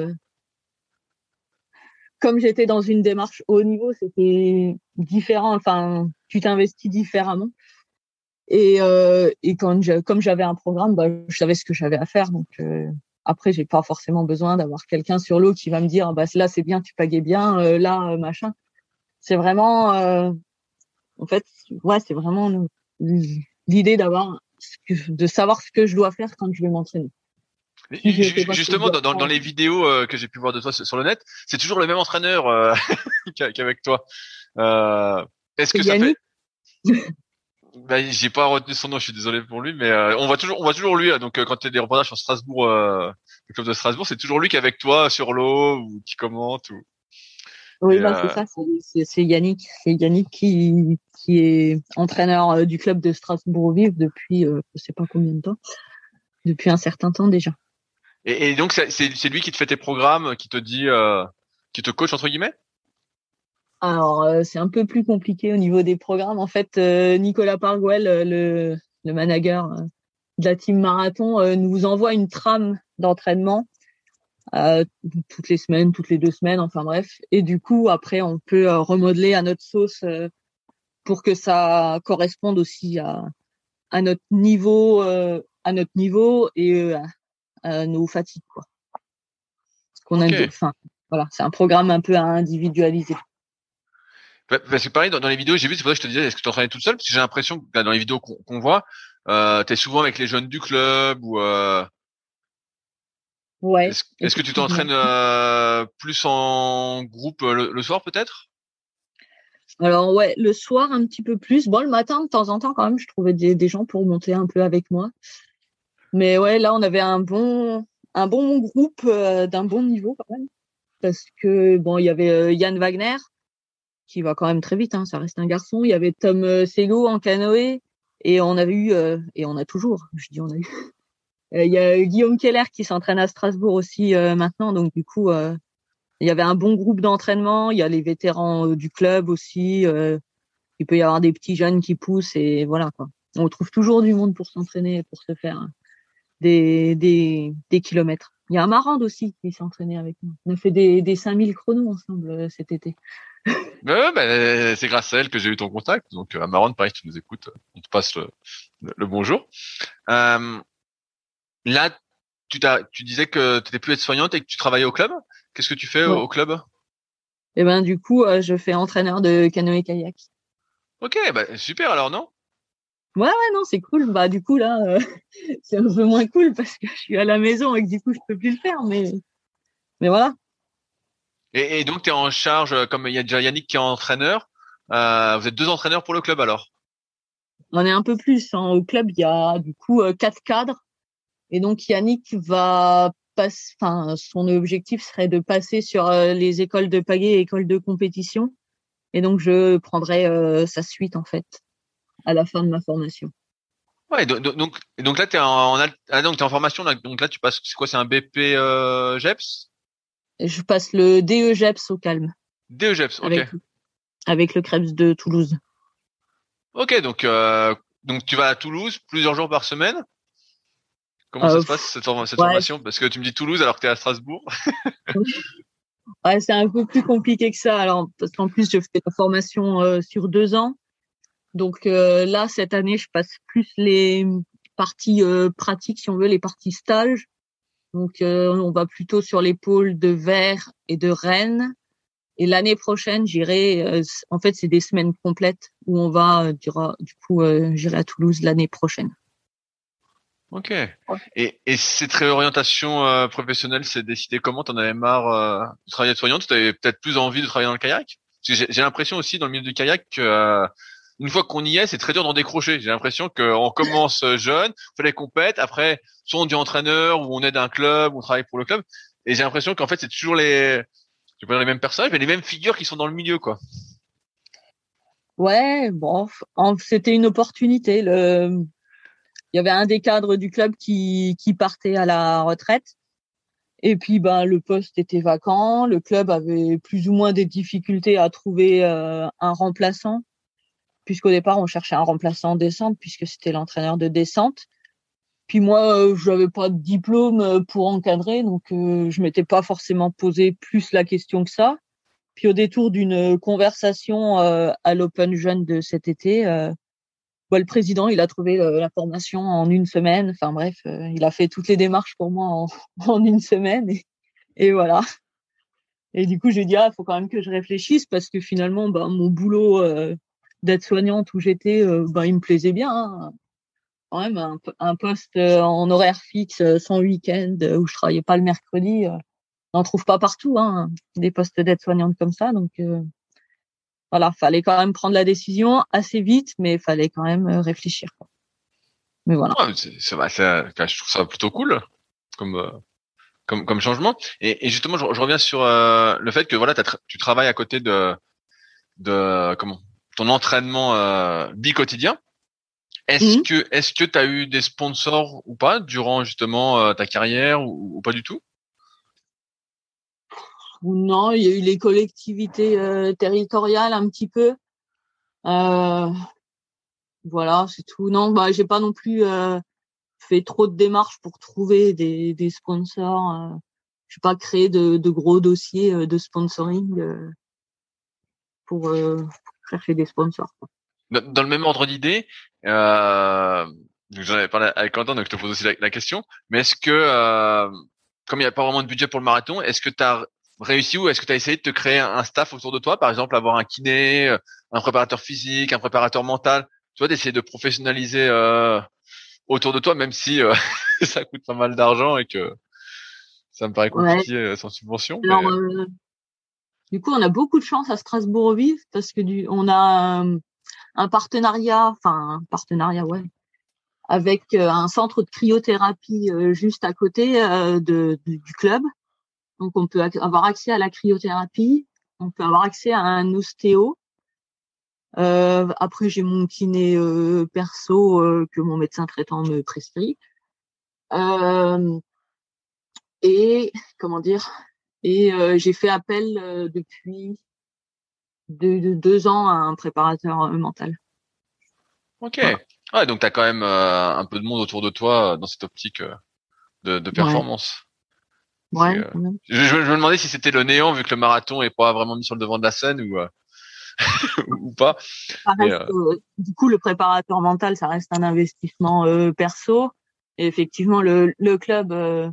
comme j'étais dans une démarche haut niveau, c'était différent. Enfin, tu t'investis différemment. Et comme j'avais un programme, bah, je savais ce que j'avais à faire. Donc après, j'ai pas forcément besoin d'avoir quelqu'un sur l'eau qui va me dire, bah là c'est bien, tu pagaies bien, là machin. C'est vraiment, en fait, ouais, c'est vraiment l'idée de savoir ce que je dois faire quand je vais m'entraîner. Si je sais pas ce que je Justement, dois dans faire. les vidéos que j'ai pu voir de toi sur le net, c'est toujours le même entraîneur qu'avec toi. Euh, est-ce C'est que ça fait... Yannick. Bah, j'ai pas retenu son nom, je suis désolé pour lui, mais on voit toujours lui. Donc quand tu as des reportages sur Strasbourg, le club de Strasbourg, c'est toujours lui qui est avec toi sur l'eau ou qui commente. Ou... Oui, Et, c'est ça, c'est Yannick. C'est Yannick qui est entraîneur du club de Strasbourg-Vive depuis, je sais pas combien de temps, depuis un certain temps déjà. et donc c'est lui qui te fait tes programmes, qui te dit, qui te coach entre guillemets? Alors, c'est un peu plus compliqué au niveau des programmes. En fait, Nicolas Parguel, le manager de la team marathon, nous envoie une trame d'entraînement euh, toutes les semaines, toutes les 2 semaines, enfin bref. Et du coup, après, on peut remodeler à notre sauce pour que ça corresponde aussi à notre niveau et à nos fatigues, quoi. Parce qu'on a, Ok. enfin, voilà, c'est un programme un peu à individualiser. Parce que pareil, dans les vidéos, j'ai vu, c'est pour ça que je te disais, est-ce que tu t'entraînais toute seule? Parce que j'ai l'impression que là, dans les vidéos qu'on voit, t'es souvent avec les jeunes du club ou Ouais, est-ce que tu effectivement. t'entraînes plus en groupe le soir peut-être? Alors ouais, le soir un petit peu plus. Bon, le matin, de temps en temps, quand même, je trouvais des gens pour monter un peu avec moi. Mais ouais, là, on avait un bon groupe d'un bon niveau quand même. Parce que bon, il y avait Yann Wagner, qui va quand même très vite, hein, ça reste un garçon. Il y avait Tom Sego en canoë. Et on avait eu, et on a toujours, je dis on a eu. Il y a Guillaume Keller qui s'entraîne à Strasbourg aussi maintenant. Donc du coup, il y avait un bon groupe d'entraînement. Il y a les vétérans du club aussi. Il peut y avoir des petits jeunes qui poussent et voilà quoi. On trouve toujours du monde pour s'entraîner, pour se faire des kilomètres. Il y a un Marande aussi qui s'est entraîné avec nous. On a fait des 5000 chronos ensemble cet été. Ouais, bah, c'est grâce à elle que j'ai eu ton contact. Donc, Amaron, pareil, tu nous écoutes, on te passe le bonjour. Euh, Là, tu disais que tu étais plus aide-soignante et que tu travaillais au club. Qu'est-ce que tu fais Ouais. au club? Et ben du coup, je fais entraîneur de canoë-kayak. Ok, bah super alors, non? Ouais, non, c'est cool. Bah du coup là, c'est un peu moins cool parce que je suis à la maison et que du coup je peux plus le faire. Mais voilà. Et donc, tu es en charge, comme il y a déjà Yannick qui est entraîneur, vous êtes deux entraîneurs pour le club alors? On est un peu plus, hein. Au club, il y a du coup 4 cadres. Et donc Yannick va passer, enfin son objectif serait de passer sur les écoles de pagaie et écoles de compétition. Et donc je prendrai sa suite en fait à la fin de ma formation. Ouais, donc là, donc t'es en formation, là, donc là, tu passes, c'est quoi, c'est un BP GEPS? Et je passe le DE-GEPS au calme DE GEPS, ok. avec le Krebs de Toulouse. Ok, donc tu vas à Toulouse plusieurs jours par semaine. Comment ça Euh, se passe cette ouais, formation? Parce que tu me dis Toulouse alors que t'es à Strasbourg. ouais, c'est un peu plus compliqué que ça. Alors parce qu'en plus je fais la formation sur 2 ans. Donc là cette année je passe plus les parties pratiques si on veut, les parties stages. Donc on va plutôt sur les pôles de Vers et de Rennes. Et l'année prochaine, j'irai. En fait, c'est des semaines complètes où on va. Du coup, j'irai à Toulouse l'année prochaine. Ok. Et cette réorientation professionnelle, c'est décidé comment? T'en avais marre de travailler de soignante? T'avais peut-être plus envie de travailler dans le kayak? Parce que j'ai l'impression aussi dans le milieu du kayak que une fois qu'on y est, c'est très dur d'en décrocher. J'ai l'impression qu'on commence jeune, on fait les compètes, après soit on devient entraîneur ou on aide un club, ou on travaille pour le club. Et j'ai l'impression qu'en fait c'est toujours je vais pas dire les mêmes personnages, mais les mêmes figures qui sont dans le milieu, quoi. Ouais, bon, c'était une opportunité. Il y avait un des cadres du club qui partait à la retraite. Et puis, ben, le poste était vacant. Le club avait plus ou moins des difficultés à trouver un remplaçant, puisqu'au départ, on cherchait un remplaçant en descente, puisque c'était l'entraîneur de descente. Puis moi, je n'avais pas de diplôme pour encadrer, donc je m'étais pas forcément posé plus la question que ça. Puis au détour d'une conversation à l'Open Jeune de cet été, le président, il a trouvé la formation en une semaine. Enfin bref, il a fait toutes les démarches pour moi en une semaine et voilà. Et du coup, j'ai dit il faut quand même que je réfléchisse parce que finalement, mon boulot d'aide-soignante où j'étais, il me plaisait bien, hein. Quand même un poste en horaire fixe, sans week-end, où je travaillais pas le mercredi. On n'en trouve pas partout, hein, des postes d'aide-soignante comme ça. Donc voilà, fallait quand même prendre la décision assez vite, mais fallait quand même réfléchir, quoi. Mais voilà. Ouais, je trouve ça plutôt cool comme comme changement. Et justement, je reviens sur le fait que voilà, tu travailles à côté de comment ton entraînement bi-quotidien. Est-ce que tu as eu des sponsors ou pas durant justement ta carrière ou pas du tout? Non, il y a eu les collectivités territoriales un petit peu. Voilà, c'est tout. Non, j'ai pas non plus fait trop de démarches pour trouver des sponsors. Je n'ai pas créé de gros dossiers de sponsoring pour chercher des sponsors, quoi. Dans le même ordre d'idée, donc j'en avais parlé avec Quentin, donc je te pose aussi la question. Mais est-ce que, comme il n'y a pas vraiment de budget pour le marathon, est-ce que tu as réussi ou est-ce que tu as essayé de te créer un staff autour de toi, par exemple avoir un kiné, un préparateur physique, un préparateur mental, tu vois, d'essayer de professionnaliser autour de toi, même si ça coûte pas mal d'argent et que ça me paraît compliqué sans subvention. Alors, du coup, on a beaucoup de chance à Strasbourg-Vive parce que on a un partenariat, ouais, avec un centre de cryothérapie juste à côté du club. Donc, on peut avoir accès à la cryothérapie, on peut avoir accès à un ostéo. Après, j'ai mon kiné perso que mon médecin traitant me prescrit. Et comment dire, j'ai fait appel depuis 2 ans à un préparateur mental. Ok. Voilà. Ouais, donc t'as quand même un peu de monde autour de toi dans cette optique de performance. Ouais. Je me demandais si c'était le néant vu que le marathon est pas vraiment mis sur le devant de la scène ou ou pas. Du coup, le préparateur mental, ça reste un investissement perso. Et effectivement, le club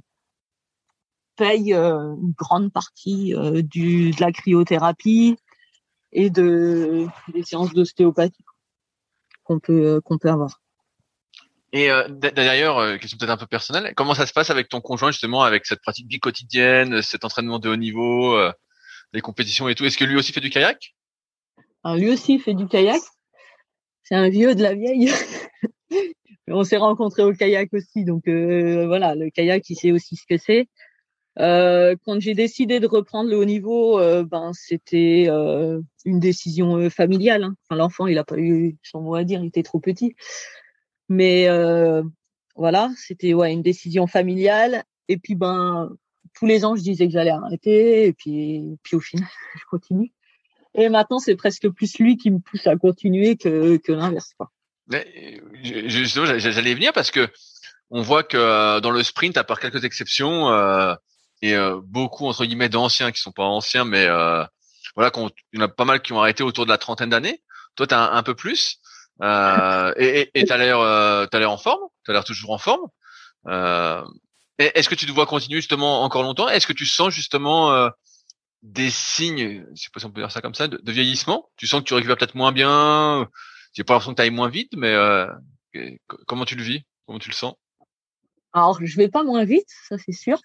paye une grande partie de la cryothérapie et des séances d'ostéopathie qu'on peut avoir. Et d'ailleurs, question peut-être un peu personnelle, comment ça se passe avec ton conjoint justement, avec cette pratique bi-quotidienne, cet entraînement de haut niveau, les compétitions et tout? Est-ce que lui aussi fait du kayak? Alors, lui aussi fait du kayak. C'est un vieux de la vieille. On s'est rencontrés au kayak aussi, donc voilà, le kayak, il sait aussi ce que c'est. Quand j'ai décidé de reprendre le haut niveau, c'était une décision familiale. Hein. Enfin, l'enfant, il a pas eu son mot à dire, il était trop petit. Mais voilà, c'était une décision familiale. Et puis tous les ans, je disais que j'allais arrêter. Et puis au final, je continue. Et maintenant, c'est presque plus lui qui me pousse à continuer que l'inverse, quoi. Mais, justement, j'allais y venir parce que on voit que dans le sprint, à part quelques exceptions, et beaucoup entre guillemets d'anciens qui sont pas anciens, mais voilà, il y en a pas mal qui ont arrêté autour de la trentaine d'années. Toi, t'as un peu plus, et t'as l'air en forme, t'as l'air toujours en forme. Est-ce que tu te vois continuer justement encore longtemps? Est-ce que tu sens justement des signes, je sais pas si on peut dire ça comme ça, de vieillissement? Tu sens que tu récupères peut-être moins bien? J'ai pas l'impression que tu ailles moins vite, mais comment tu le vis? Comment tu le sens? Alors, je vais pas moins vite, ça c'est sûr.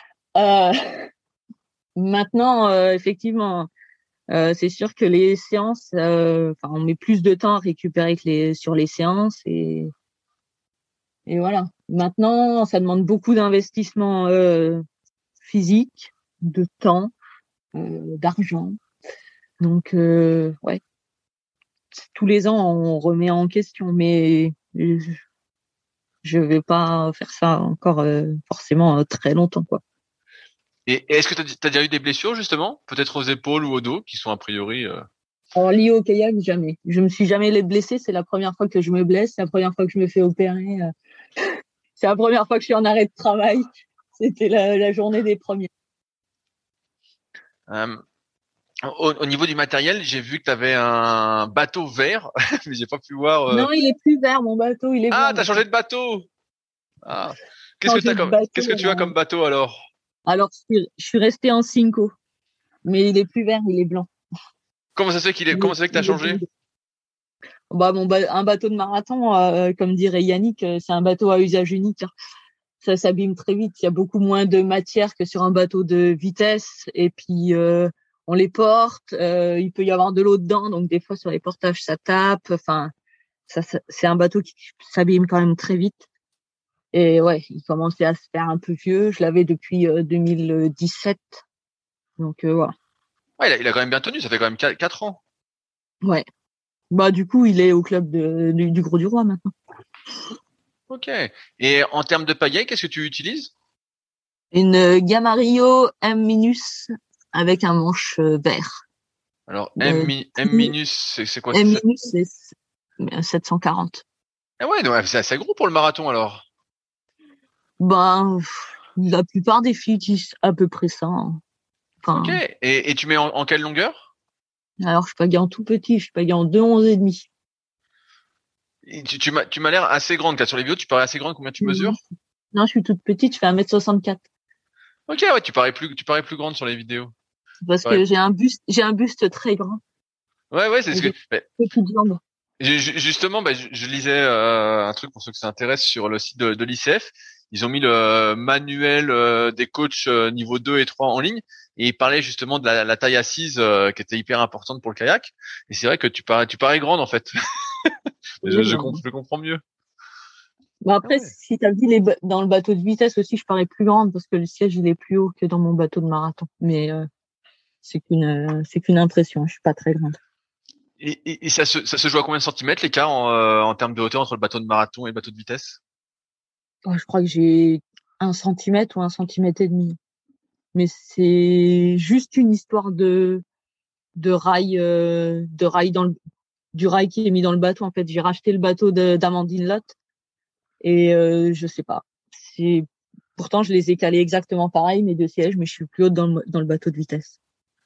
Maintenant, effectivement, c'est sûr que les séances, on met plus de temps à récupérer sur les séances et voilà. Maintenant, ça demande beaucoup d'investissement physique, de temps, d'argent. Donc, ouais. Tous les ans, on remet en question, mais je vais pas faire ça encore forcément très longtemps, quoi. Et est-ce que t'as déjà eu des blessures justement, peut-être aux épaules ou au dos, qui sont a priori Alors lié au kayak, jamais. Je me suis jamais blessée. C'est la première fois que je me blesse. C'est la première fois que je me fais opérer. C'est la première fois que je suis en arrêt de travail. C'était la journée des premiers. Au niveau du matériel, j'ai vu que tu avais un bateau vert, mais j'ai pas pu voir. Non, il est plus vert, mon bateau. Il est blanc. Ah, t'as changé de bateau. Ah. Qu'est-ce que tu as comme bateau alors? Alors, je suis restée en Cinco, mais il est plus vert, il est blanc. Comment ça se fait que t'as changé? Un bateau de marathon, comme dirait Yannick, c'est un bateau à usage unique. Ça s'abîme très vite. Il y a beaucoup moins de matière que sur un bateau de vitesse. Et puis, on les porte. Il peut y avoir de l'eau dedans. Donc, des fois, sur les portages, ça tape. Enfin, c'est un bateau qui s'abîme quand même très vite. Et ouais, il commençait à se faire un peu vieux. Je l'avais depuis 2017. Donc voilà. Ouais, il a quand même bien tenu. Ça fait quand même 4 ans. Ouais. Bah du coup, il est au club du Gros du Roi maintenant. Ok. Et en termes de pagaie, qu'est-ce que tu utilises? Une Gamarillo M- avec un manche vert. Alors, Euh, M-, c'est quoi? M- c'est 740. Ah ouais, donc, c'est assez gros pour le marathon, alors. Ben, la plupart des filles disent à peu près ça, hein. Ok. Enfin, Et tu mets en quelle longueur? alors je paguais en tout petit, je paguais en 2,11 et demi. Et tu m'as l'air assez grande, là. Sur les vidéos, tu parais assez grande. Combien tu mesures? Non, je suis toute petite, je fais 1,64 m. Ok, ouais, tu parais plus grande sur les vidéos. Parce que j'ai un buste très grand. Ouais, c'est Et ce que, des petites jambes. justement, je lisais un truc pour ceux que ça intéresse sur le site de l'ICF. Ils ont mis le manuel des coachs niveau 2 et 3 en ligne et ils parlaient justement de la taille assise qui était hyper importante pour le kayak. Et c'est vrai que tu parais grande en fait. Je, Oui, je, ben, comp- je comprends mieux. bon, Ah après, ouais. si t'as vu dans le bateau de vitesse aussi, je parais plus grande parce que le siège il est plus haut que dans mon bateau de marathon. Mais c'est qu'une impression. Je suis pas très grande. Et ça se joue à combien de centimètres l'écart en termes de hauteur entre le bateau de marathon et le bateau de vitesse? Oh, je crois que j'ai 1 centimètre ou 1,5 cm. Mais c'est juste une histoire de rail du rail qui est mis dans le bateau. En fait, j'ai racheté le bateau d'Amandine Lotte et je sais pas. Pourtant je les ai calés exactement pareil mes deux sièges, mais je suis plus haute dans le bateau de vitesse.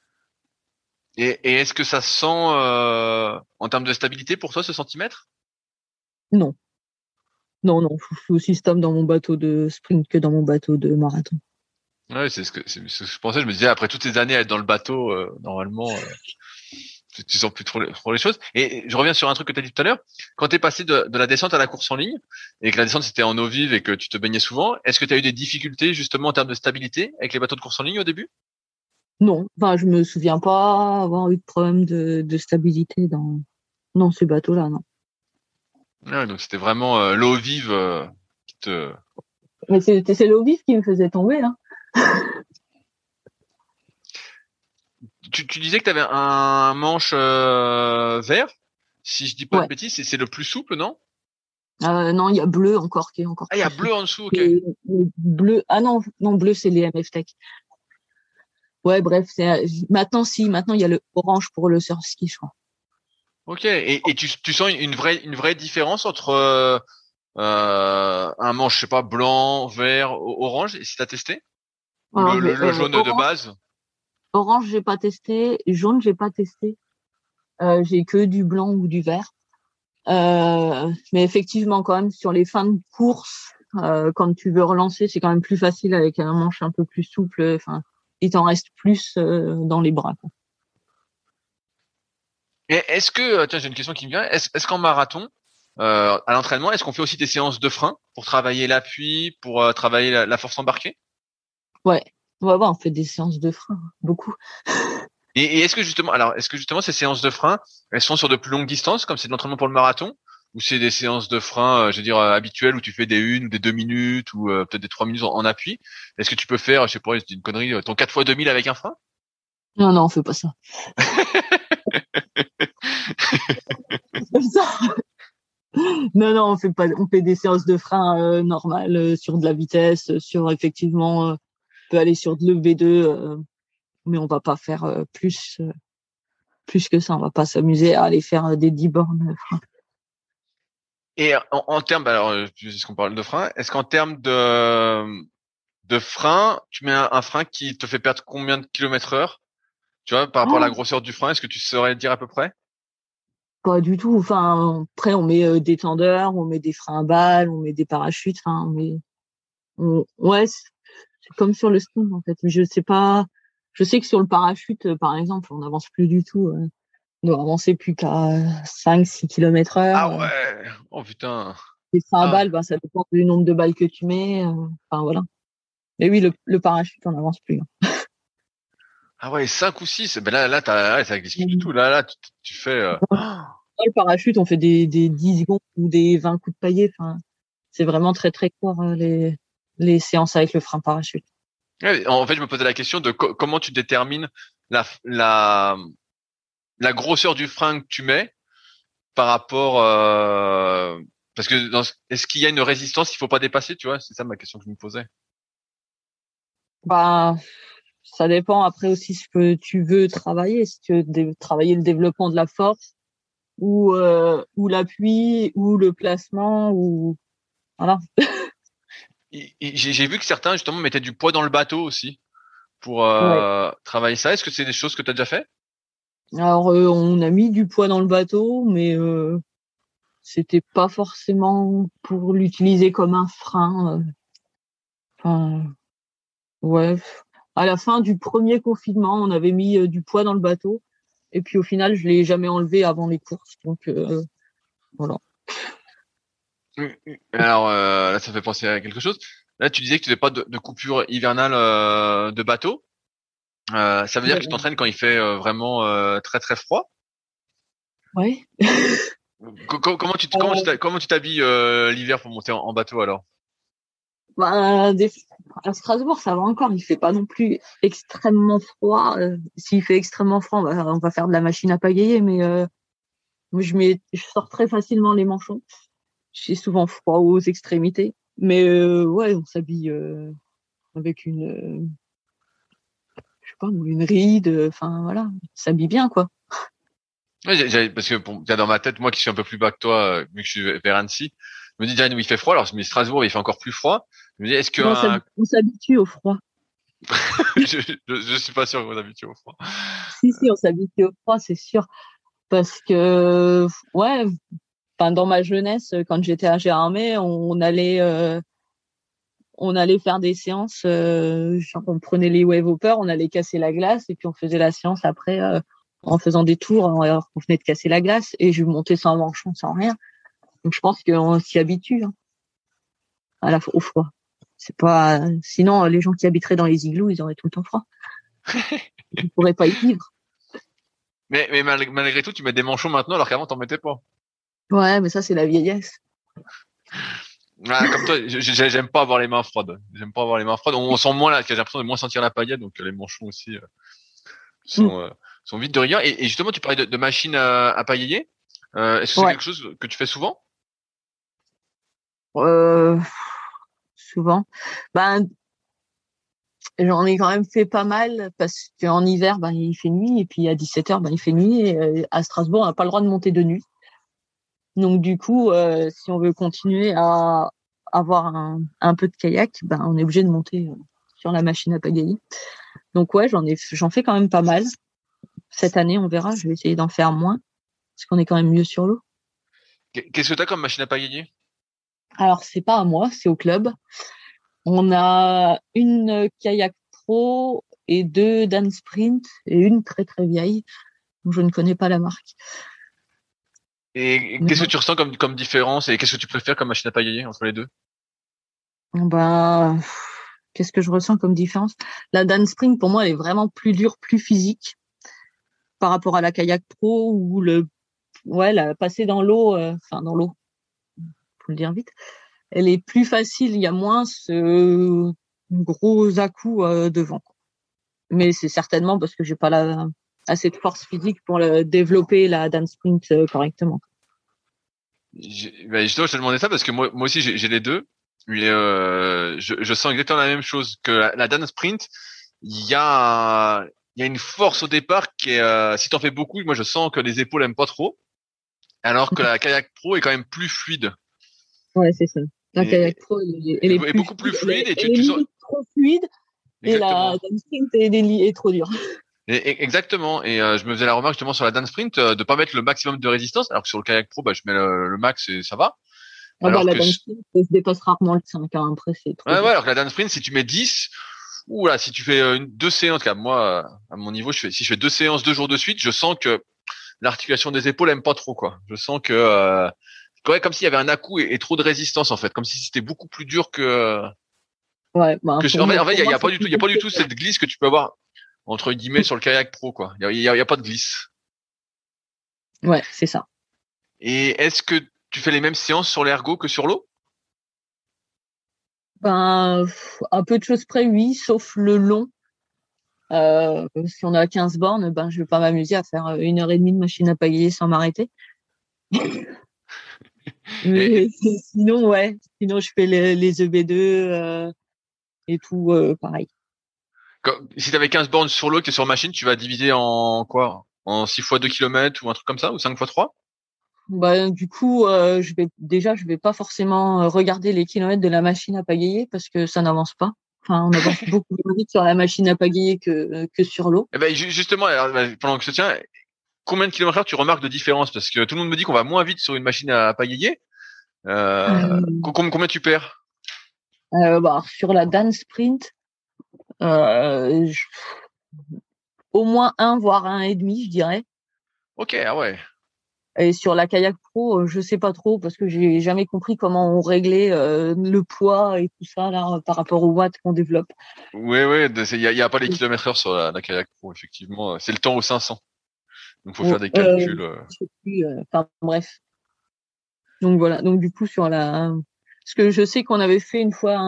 Et est-ce que ça sent en termes de stabilité pour toi ce centimètre? Non, non, non. Je suis aussi stable dans mon bateau de sprint que dans mon bateau de marathon. Ouais, c'est ce que je pensais. Je me disais après toutes ces années à être dans le bateau, normalement, tu sens plus trop les choses. Et je reviens sur un truc que tu as dit tout à l'heure. Quand tu es passé de la descente à la course en ligne et que la descente c'était en eau vive et que tu te baignais souvent, est-ce que tu as eu des difficultés justement en termes de stabilité avec les bateaux de course en ligne au début? Non, enfin je me souviens pas avoir eu de problème de stabilité dans ces bateaux-là, non. Ouais, donc c'était vraiment l'eau vive qui te. Mais c'est l'eau vive qui me faisait tomber, hein. Tu disais que tu avais un manche vert. Si je dis pas de Ouais. bêtises, c'est le plus souple, non? Non, il y a bleu encore qui est encore Ah, il y a plus bleu souple. en dessous, ok. Et bleu, ah non, non, bleu c'est les MF Tech. Ouais, bref, maintenant il y a le orange pour le surf ski, je crois. Ok. Et tu sens une vraie différence entre un manche, je sais pas, blanc, vert, orange, et si t'as testé? Ou Alors, le jaune de base? orange, j'ai pas testé, jaune, j'ai pas testé. J'ai que du blanc ou du vert. Mais effectivement, quand même, sur les fins de course, quand tu veux relancer, c'est quand même plus facile avec un manche un peu plus souple. Enfin, il t'en reste plus dans les bras, quoi. Et est-ce que, tiens, j'ai une question qui me vient. Est-ce qu'en marathon, à l'entraînement, est-ce qu'on fait aussi des séances de frein pour travailler l'appui, pour travailler la force embarquée? Ouais, ouais, on fait des séances de frein, beaucoup. Et est-ce que justement ces séances de frein, elles sont sur de plus longues distances, comme c'est de l'entraînement pour le marathon, ou c'est des séances de frein, je veux dire habituelles où tu fais des 1 ou des 2 minutes ou peut-être des 3 minutes en appui? Est-ce que tu peux faire, je sais pas, c'est une connerie, ton 4 fois 2000 avec un frein? Non, non, on fait pas ça. Comme ça. Non, non, on fait des séances de frein normales sur de la vitesse, sur effectivement, on peut aller sur de l'EV2, mais on va pas faire plus que ça. On va pas s'amuser à aller faire des 10 bornes frein. Et en termes, bah, alors, puisqu'on parle de frein, est-ce qu'en termes de frein, tu mets un frein qui te fait perdre combien de kilomètres heure? Tu vois, par rapport à la Oh, grosseur du frein, est-ce que tu saurais dire à peu près? pas du tout. Enfin, après, on met des tendeurs, on met des freins à balles, on met des parachutes. Enfin, ouais, c'est comme sur le ski en fait. Mais je sais pas. Je sais que sur le parachute, par exemple, on n'avance plus du tout. On doit avancer plus qu'à 5-6 km/h. Ah ouais! Oh putain! Les freins à Ah, balles, ben, ça dépend du nombre de balles que tu mets. Enfin, voilà. Mais oui, le parachute, on n'avance plus, hein. ah ouais, 5 ou 6. Ben là, ouais, ça glisse plus du Mhm. tout. Là, tu fais. Le parachute, on fait des 10 secondes ou des 20 coups de paillet. Enfin, c'est vraiment très très court les séances avec le frein parachute. Ouais, en fait, je me posais la question de comment tu détermines la grosseur du frein que tu mets par rapport parce que est-ce qu'il y a une résistance qu'il faut pas dépasser, tu vois? C'est ça ma question que je me posais. Bah, ça dépend après aussi ce que tu veux travailler. Si tu veux travailler le développement de la force ou l'appui ou le placement ou voilà. J'ai vu que certains justement mettaient du poids dans le bateau aussi pour Ouais. travailler ça. Est-ce que c'est des choses que tu as déjà fait? Alors on a mis du poids dans le bateau, mais c'était pas forcément pour l'utiliser comme un frein. Enfin, ouais. À la fin du premier confinement, on avait mis du poids dans le bateau. Et puis au final, je l'ai jamais enlevé avant les courses. Donc voilà. Alors là, ça fait penser à quelque chose. Là, tu disais que tu n'avais pas de coupure hivernale de bateau. Ça veut dire que tu t'entraînes quand il fait vraiment très très froid. Ouais. Comment tu t'habilles l'hiver pour monter en bateau alors? Ben, à Strasbourg, ça va encore. Il fait pas non plus extrêmement froid. S'il fait extrêmement froid, on va faire de la machine à pagayer. Mais moi, je sors très facilement les manchons. J'ai souvent froid aux extrémités. Mais ouais, on s'habille avec je sais pas, une ride. Enfin voilà, on s'habille bien quoi. Ouais, parce que dans ma tête, moi qui suis un peu plus bas que toi, vu que je suis vers Annecy, je me dis déjà il fait froid. Alors je me dis Strasbourg, il fait encore plus froid. Je me dis est-ce que On s'habitue au froid. je suis pas sûr qu'on habitue au froid. Si, on s'habitue au froid, c'est sûr. Parce que, ouais, enfin, dans ma jeunesse, quand j'étais à Gérardmer, on allait faire des séances, genre on prenait les wave hoppers, on allait casser la glace et puis on faisait la séance après en faisant des tours alors qu'on venait de casser la glace et je montais sans manchon, sans rien. Donc je pense qu'on s'y habitue hein, au froid. C'est pas, sinon les gens qui habiteraient dans les igloos, ils auraient tout le temps froid. Ils pourraient pas y vivre. Mais malgré tout, tu mets des manchons maintenant alors qu'avant t'en mettais pas. Ouais, mais ça c'est la vieillesse. Ah, comme toi, j'aime pas avoir les mains froides. J'aime pas avoir les mains froides. On sent moins là, j'ai l'impression de moins sentir la paillette, donc les manchons aussi Mm. sont sont vides de rigueur. Et justement, tu parlais de machine à paillayer. Est-ce que c'est Ouais. quelque chose que tu fais souvent? Euh, souvent. Ben, j'en ai quand même fait pas mal parce qu'en hiver, ben, il fait nuit et puis à 17h, ben, il fait nuit et à Strasbourg, on n'a pas le droit de monter de nuit. Donc, du coup, si on veut continuer à avoir un peu de kayak, ben, on est obligé de monter sur la machine à pagayer. Donc, ouais, j'en fais quand même pas mal. Cette année, on verra, je vais essayer d'en faire moins parce qu'on est quand même mieux sur l'eau. Qu'est-ce que t'as comme machine à pagayer? Alors, c'est pas à moi, c'est au club. On a une kayak pro et 2 Dan Sprint et une très très vieille. Je ne connais pas la marque. Et qu'est-ce que tu ressens comme différence et qu'est-ce que tu préfères comme machine à pagayer entre les deux? Ben, qu'est-ce que je ressens comme différence? La Dan Sprint, pour moi, elle est vraiment plus dure, plus physique par rapport à la kayak pro où la passer dans l'eau, dans l'eau, faut le dire vite. Elle est plus facile, il y a moins ce gros à-coup devant. Mais c'est certainement parce que j'ai pas assez de force physique pour développer la Dan Sprint correctement. Justement, je te demandais ça parce que moi aussi j'ai les deux. Mais, je sens exactement la même chose que la Dan Sprint. Il y a une force au départ qui est, si t'en fais beaucoup, moi je sens que les épaules aiment pas trop, alors que la kayak pro est quand même plus fluide. Ouais, c'est ça. La kayak Et, pro, elle est et plus beaucoup plus fluide et elle est tu sens limite trop fluide et la exactement. Dan Sprint est trop dure. Exactement. Et je me faisais la remarque justement sur la Dan Sprint de pas mettre le maximum de résistance, alors que sur le kayak pro, bah je mets le max et ça va. Ah bah, Alors la que Dan Sprint, elle se dépasse rarement le 5 hein, après, c'est trop ouais, dur. alors que la Dan Sprint, si tu mets 10, ou là, si tu fais deux séances, comme moi, à mon niveau, si je fais deux séances 2 jours de suite, je sens que l'articulation des épaules aime pas trop, quoi. Je sens que, ouais, comme s'il y avait un à-coup et trop de résistance, en fait. Comme si c'était beaucoup plus dur Ouais, bah, en fait, il y a pas c'est du tout, plus il y a pas du tout compliqué. cette glisse que tu peux avoir, entre guillemets, sur le kayak pro, quoi. Il y a pas de glisse. Ouais, c'est ça. Et est-ce que tu fais les mêmes séances sur l'ergo que sur l'eau? Ben, un peu de choses près, oui, sauf le long. Si on a 15 bornes, ben, je vais pas m'amuser à faire 1h30 de machine à pagayer sans m'arrêter. Et Mais sinon, ouais. Sinon, je fais les EB2 et tout, pareil. si t'avais 15 bornes sur l'eau, que t'es sur machine, tu vas diviser en quoi? En 6 fois 2 kilomètres ou un truc comme ça, ou 5 fois 3? Bah, du coup, je vais pas forcément regarder les kilomètres de la machine à pagayer parce que ça n'avance pas. Enfin, on avance beaucoup moins vite sur la machine à pagayer que sur l'eau. Eh ben, justement, alors, pendant que je te tiens, combien de kilomètres heure tu remarques de différence? Parce que tout le monde me dit qu'on va moins vite sur une machine à pagayer. Combien tu perds? Bah, sur la Dan Sprint, euh, je- au moins 1, voire 1,5, je dirais. Ok, ah ouais. Et sur la Kayak Pro, je sais pas trop parce que j'ai jamais compris comment on réglait le poids et tout ça là par rapport aux watts qu'on développe. Ouais, y a pas les kilomètres heure sur la Kayak Pro, effectivement. C'est le temps au 500. Donc, faut Bon, faire des calculs. je sais plus, enfin bref. Donc voilà. Donc du coup sur la, parce que je sais qu'on avait fait une fois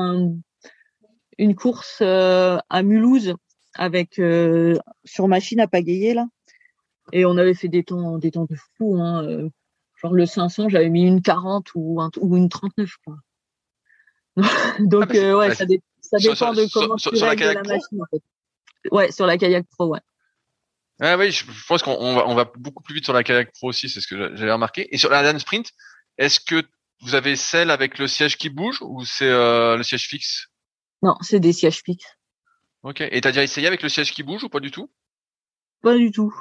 une course à Mulhouse avec sur machine à pagayer là, et on avait fait des temps de fou. Hein, genre le 500, j'avais mis une 40 ou une 39, quoi. Ah, Donc ouais, bah, ça dépend de comment tu sur la règles Kayak la Pro? machine en fait. Ouais, sur la Kayak Pro, ouais. Ah oui, je pense qu'on va beaucoup plus vite sur la Kayak Pro aussi, c'est ce que j'avais remarqué. Et sur la Dan Sprint, est-ce que vous avez celle avec le siège qui bouge ou c'est le siège fixe? Non, c'est des sièges fixes. Ok. Et t'as déjà essayé avec le siège qui bouge ou pas du tout? Pas du tout.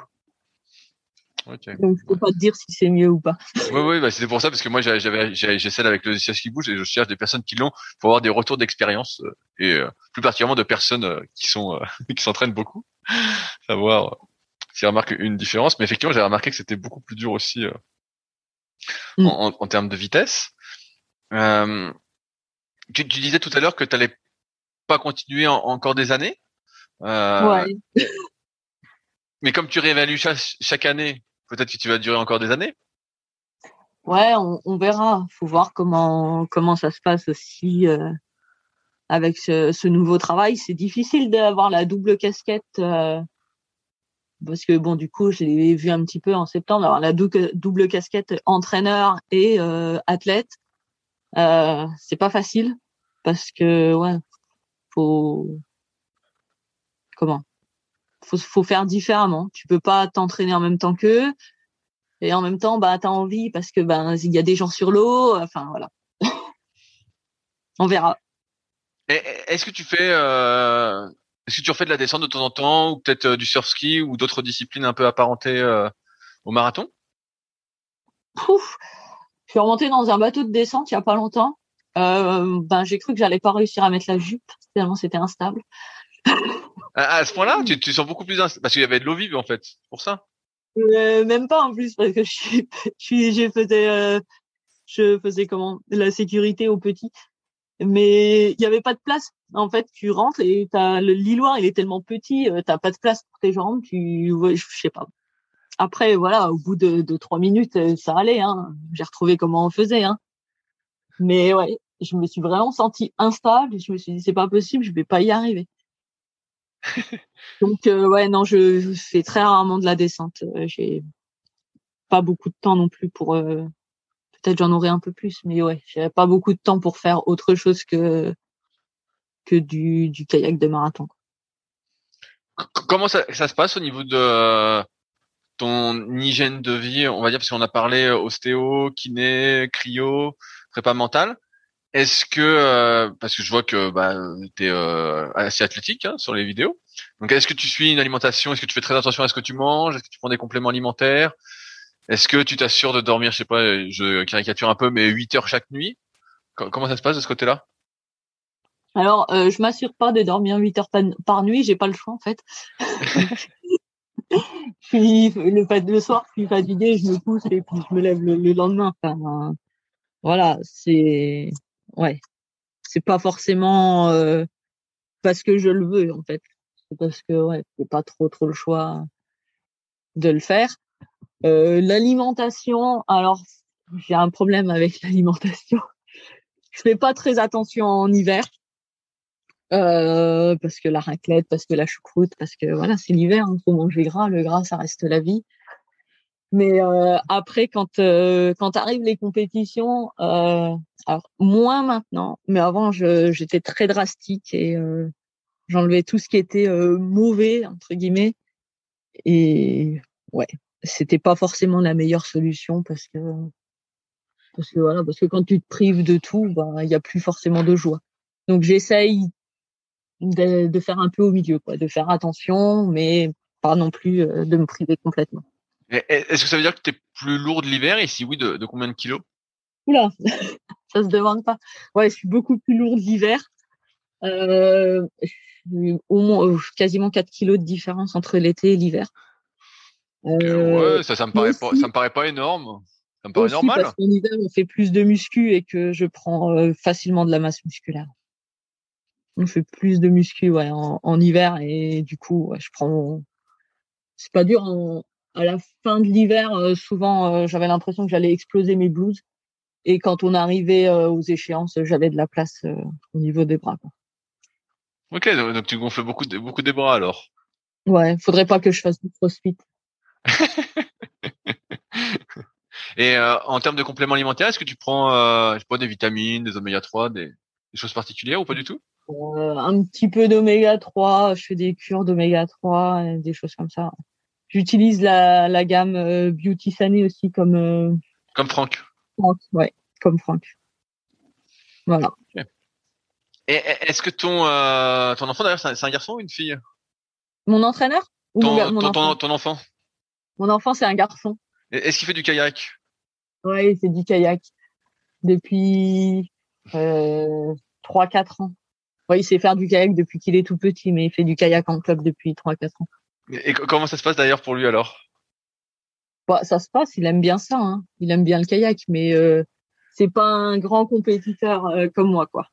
Ok. Donc je peux Ouais. pas te dire si c'est mieux ou pas. Ouais, bah c'était pour ça parce que moi j'ai celle avec le siège qui bouge et je cherche des personnes qui l'ont pour avoir des retours d'expérience et plus particulièrement de personnes qui sont qui s'entraînent beaucoup, savoir s'ils remarquent une différence. Mais effectivement, j'ai remarqué que c'était beaucoup plus dur aussi Mm. en termes de vitesse. Euh, tu disais tout à l'heure que tu n'allais pas continuer encore des années, euh, Ouais. mais comme tu réévalues chaque année, peut-être que tu vas durer encore des années. Ouais, on verra. Faut voir comment ça se passe aussi avec ce nouveau travail. C'est difficile d'avoir la double casquette parce que bon, du coup, je l'ai vu un petit peu en septembre, d'avoir la double casquette entraîneur et athlète. C'est pas facile parce que ouais, faut comment faut faire différemment. Tu peux pas t'entraîner en même temps qu'eux et en même temps bah t'as envie parce que ben il y a des gens sur l'eau. Enfin voilà, on verra. Est-ce que est-ce que tu refais de la descente de temps en temps ou peut-être du surf ski ou d'autres disciplines un peu apparentées au marathon? Pouf, je suis remontée dans un bateau de descente il y a pas longtemps. Ben j'ai cru que j'allais pas réussir à mettre la jupe tellement c'était instable. À ce point-là, tu sens beaucoup plus parce qu'il y avait de l'eau vive en fait, c'est pour ça. Même pas en plus parce que je faisais comment la sécurité aux petits. Mais il y avait pas de place. En fait, tu rentres et l'îloir, il est tellement petit, t'as pas de place pour tes jambes. Ouais, je sais pas. Après, voilà, au bout de 3 minutes, ça allait. Hein. J'ai retrouvé comment on faisait. Hein. Mais ouais, je me suis vraiment sentie instable. Je me suis dit, c'est pas possible, je vais pas y arriver. Donc ouais, non, je fais très rarement de la descente. J'ai pas beaucoup de temps non plus pour. Peut-être j'en aurai un peu plus, mais ouais, j'ai pas beaucoup de temps pour faire autre chose que du kayak de marathon. Comment ça se passe au niveau de ton hygiène de vie, on va dire, parce qu'on a parlé ostéo, kiné, cryo, prépa mentale. Est-ce que, parce que je vois que bah, tu es assez athlétique hein, sur les vidéos, donc est-ce que tu suis une alimentation, est-ce que tu fais très attention à ce que tu manges, est-ce que tu prends des compléments alimentaires, est-ce que tu t'assures de dormir, je sais pas, je caricature un peu, mais 8 heures chaque nuit? Comment ça se passe de ce côté-là? Alors, je m'assure pas de dormir 8 heures par nuit, j'ai pas le choix en fait. Puis le soir, je suis fatiguée, je me pousse et puis je me lève le lendemain. Enfin, voilà, ouais, c'est pas forcément parce que je le veux en fait. C'est parce que ouais, j'ai pas trop le choix de le faire. L'alimentation, alors j'ai un problème avec l'alimentation. Je fais pas très attention en hiver. Parce que la raclette, parce que la choucroute, parce que voilà, c'est l'hiver, hein, faut manger gras. Le gras, ça reste la vie. Mais après, quand arrivent les compétitions, alors moins maintenant, mais avant, j'étais très drastique et j'enlevais tout ce qui était mauvais entre guillemets. Et ouais, c'était pas forcément la meilleure solution parce que voilà, parce que quand tu te prives de tout, bah il y a plus forcément de joie. Donc j'essaye de faire un peu au milieu, quoi, de faire attention, mais pas non plus de me priver complètement. Est-ce que ça veut dire que t'es plus lourde l'hiver et si oui, de combien de kilos? Oula, ça se demande pas. Ouais, je suis beaucoup plus lourde l'hiver. Je suis au moins quasiment 4 kilos de différence entre l'été et l'hiver. Ouais, ça me paraît pas, Aussi, ça me paraît pas énorme. Ça me paraît aussi parce normal. qu'en hiver, on fait plus de muscu et que je prends facilement de la masse musculaire. On fait plus de muscu, ouais, en hiver et du coup, ouais, je prends. C'est pas dur. À la fin de l'hiver, souvent, j'avais l'impression que j'allais exploser mes blouses. Et quand on arrivait aux échéances, j'avais de la place au niveau des bras, quoi. Ok, donc tu gonfles beaucoup des bras alors. Ouais, faudrait pas que je fasse du crossfit. Et en termes de compléments alimentaires, est-ce que tu prends, je sais pas, des vitamines, des oméga 3, des choses particulières ou pas du tout? Un petit peu d'oméga 3, je fais des cures d'oméga 3, des choses comme ça. J'utilise la gamme Beauty Sunny aussi comme Comme Franck. Franck, ouais, comme Franck. Voilà. Ok. Et est-ce que ton enfant d'ailleurs c'est un garçon ou une fille? Mon entraîneur ou mon enfant? Ton enfant. Mon enfant, c'est un garçon. Est-ce qu'il fait du kayak? Ouais, il fait du kayak depuis 3-4 ans. Ouais, il sait faire du kayak depuis qu'il est tout petit, mais il fait du kayak en club depuis 3-4 ans. Et comment ça se passe d'ailleurs pour lui alors? Bah, ça se passe, il aime bien ça, hein. Il aime bien le kayak, mais c'est pas un grand compétiteur comme moi, quoi.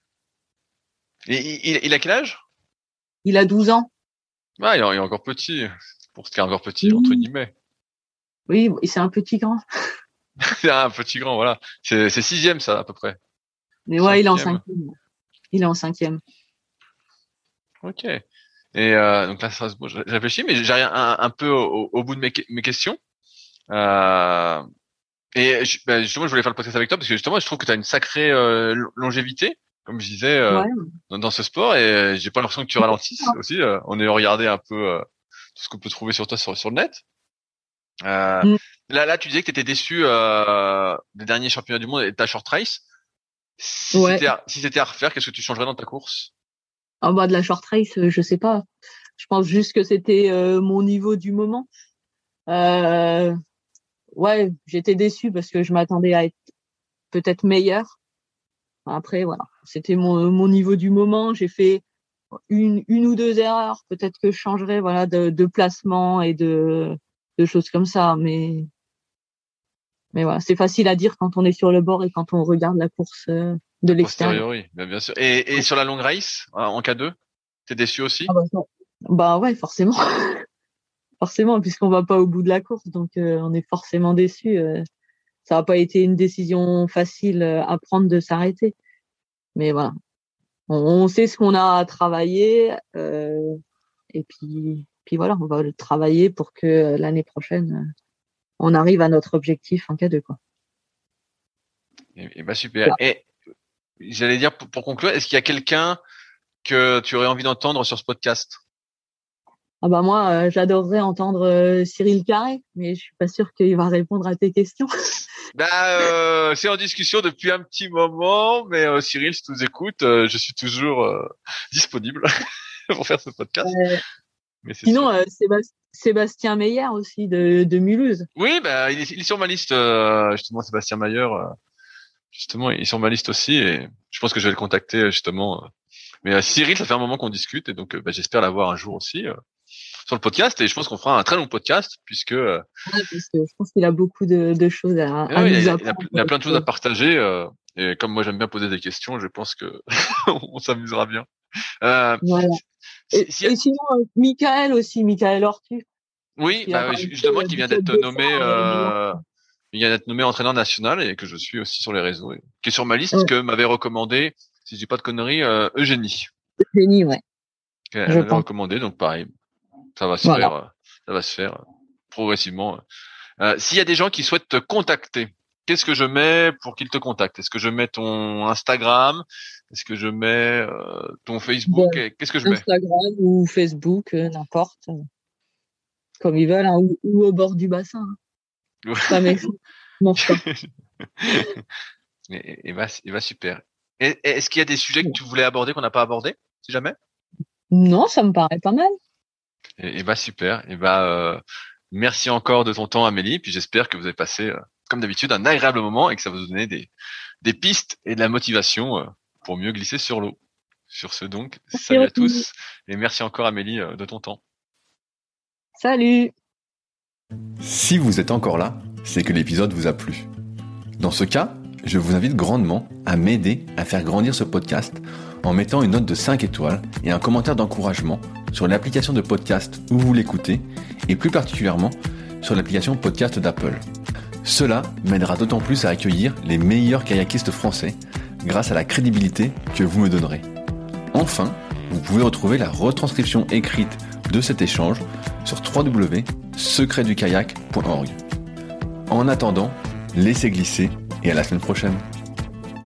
Et il a quel âge? Il a 12 ans. Ah, il est encore petit. Pour ce qui est encore petit, entre Oui, guillemets. oui, et c'est un petit grand. C'est un petit grand, voilà. C'est sixième, ça, à peu près. Mais ouais, il est en Cinquième. cinquième. Il est en cinquième. Ok. Et donc là, ça, bon, je réfléchis, mais j'arrive un peu au bout de mes questions. Euh, justement, je voulais faire le podcast avec toi parce que justement, je trouve que tu as une sacrée longévité, comme je disais, Ouais. dans ce sport. Et j'ai pas l'impression que tu ralentisses aussi. On est regardé un peu tout ce qu'on peut trouver sur toi sur le net. Euh, Mm. là, tu disais que tu étais déçu des derniers championnats du monde et de ta short race. Ouais. Si c'était à refaire, qu'est-ce que tu changerais dans ta course? Ah bah de la short race, je sais pas. Je pense juste que c'était mon niveau du moment. Euh, ouais, j'étais déçue parce que je m'attendais à être peut-être meilleure. Après, voilà, c'était mon niveau du moment. J'ai fait une ou deux erreurs. Peut-être que je changerais, voilà, de placement et de choses comme ça. Mais voilà, c'est facile à dire quand on est sur le bord et quand on regarde la course de A l'extérieur. posteriori, bien sûr. Et sur la longue race, en K2, t'es déçu Ah aussi? bah, non. Bah ouais, forcément, forcément, puisqu'on va pas au bout de la course, donc on est forcément déçu. Ça n'a pas été une décision facile à prendre de s'arrêter. Mais voilà, on sait ce qu'on a à travailler et puis voilà, on va le travailler pour que l'année prochaine, on arrive à notre objectif en K2, quoi. Et bah super. Et j'allais dire pour conclure, est-ce qu'il y a quelqu'un que tu aurais envie d'entendre sur ce podcast? Ah bah moi, j'adorerais entendre Cyril Carré, mais je suis pas sûre qu'il va répondre à tes questions. C'est en discussion depuis un petit moment, mais Cyril, si tu nous écoutes, je suis toujours disponible pour faire ce podcast. Euh, Mais c'est sûr. Sinon, Sébastien Meyer aussi de Mulhouse. Oui, bah il est sur ma liste justement, Sébastien Mayer. Justement, il est sur ma liste aussi, et je pense que je vais le contacter justement. Mais Cyril, ça fait un moment qu'on discute, et donc j'espère l'avoir un jour aussi sur le podcast. Et je pense qu'on fera un très long podcast puisque Ouais, parce que je pense qu'il a beaucoup de choses à ouais, nous apprendre. il a plein de choses à partager. Et comme moi j'aime bien poser des questions, je pense que on s'amusera bien. Euh, Voilà. si, si- Et sinon, Michael aussi, Michael Ortu, oui, qui a bah parlé justement, qui du vient top d'être 200 nommé, Milan. il vient d'être nommé entraîneur national et que je suis aussi sur les réseaux, et qui est sur ma liste Ouais. que m'avait recommandé, si je dis pas de conneries, Eugénie. Génie, ouais. Elle Je m'avait pense. recommandé, donc pareil, ça va se Voilà. faire, ça va se faire progressivement. S'il y a des gens qui souhaitent te contacter, qu'est-ce que je mets pour qu'ils te contactent? Est-ce que je mets ton Instagram? Est-ce que je mets ton Bon, Facebook? Qu'est-ce que je mets? Instagram ou Facebook, n'importe. Comme ils veulent, hein, ou au bord du bassin. Hein. Pas méchant. Mange pas. Et super. Est-ce qu'il y a des sujets que tu voulais aborder qu'on n'a pas abordé, si jamais? Non, ça me paraît pas mal. Super. Merci encore de ton temps, Amélie. Puis j'espère que vous avez passé, comme d'habitude, un agréable moment et que ça va vous donner des pistes et de la motivation pour mieux glisser sur l'eau. Sur ce donc, salut à tous et merci encore, Amélie, de ton temps. Salut. Si vous êtes encore là, c'est que l'épisode vous a plu. Dans ce cas, je vous invite grandement à m'aider à faire grandir ce podcast en mettant une note de 5 étoiles et un commentaire d'encouragement sur l'application de podcast où vous l'écoutez et plus particulièrement sur l'application podcast d'Apple. Cela m'aidera d'autant plus à accueillir les meilleurs kayakistes français grâce à la crédibilité que vous me donnerez. Enfin, vous pouvez retrouver la retranscription écrite de cet échange sur www.secretdukayak.org. En attendant, laissez glisser et à la semaine prochaine.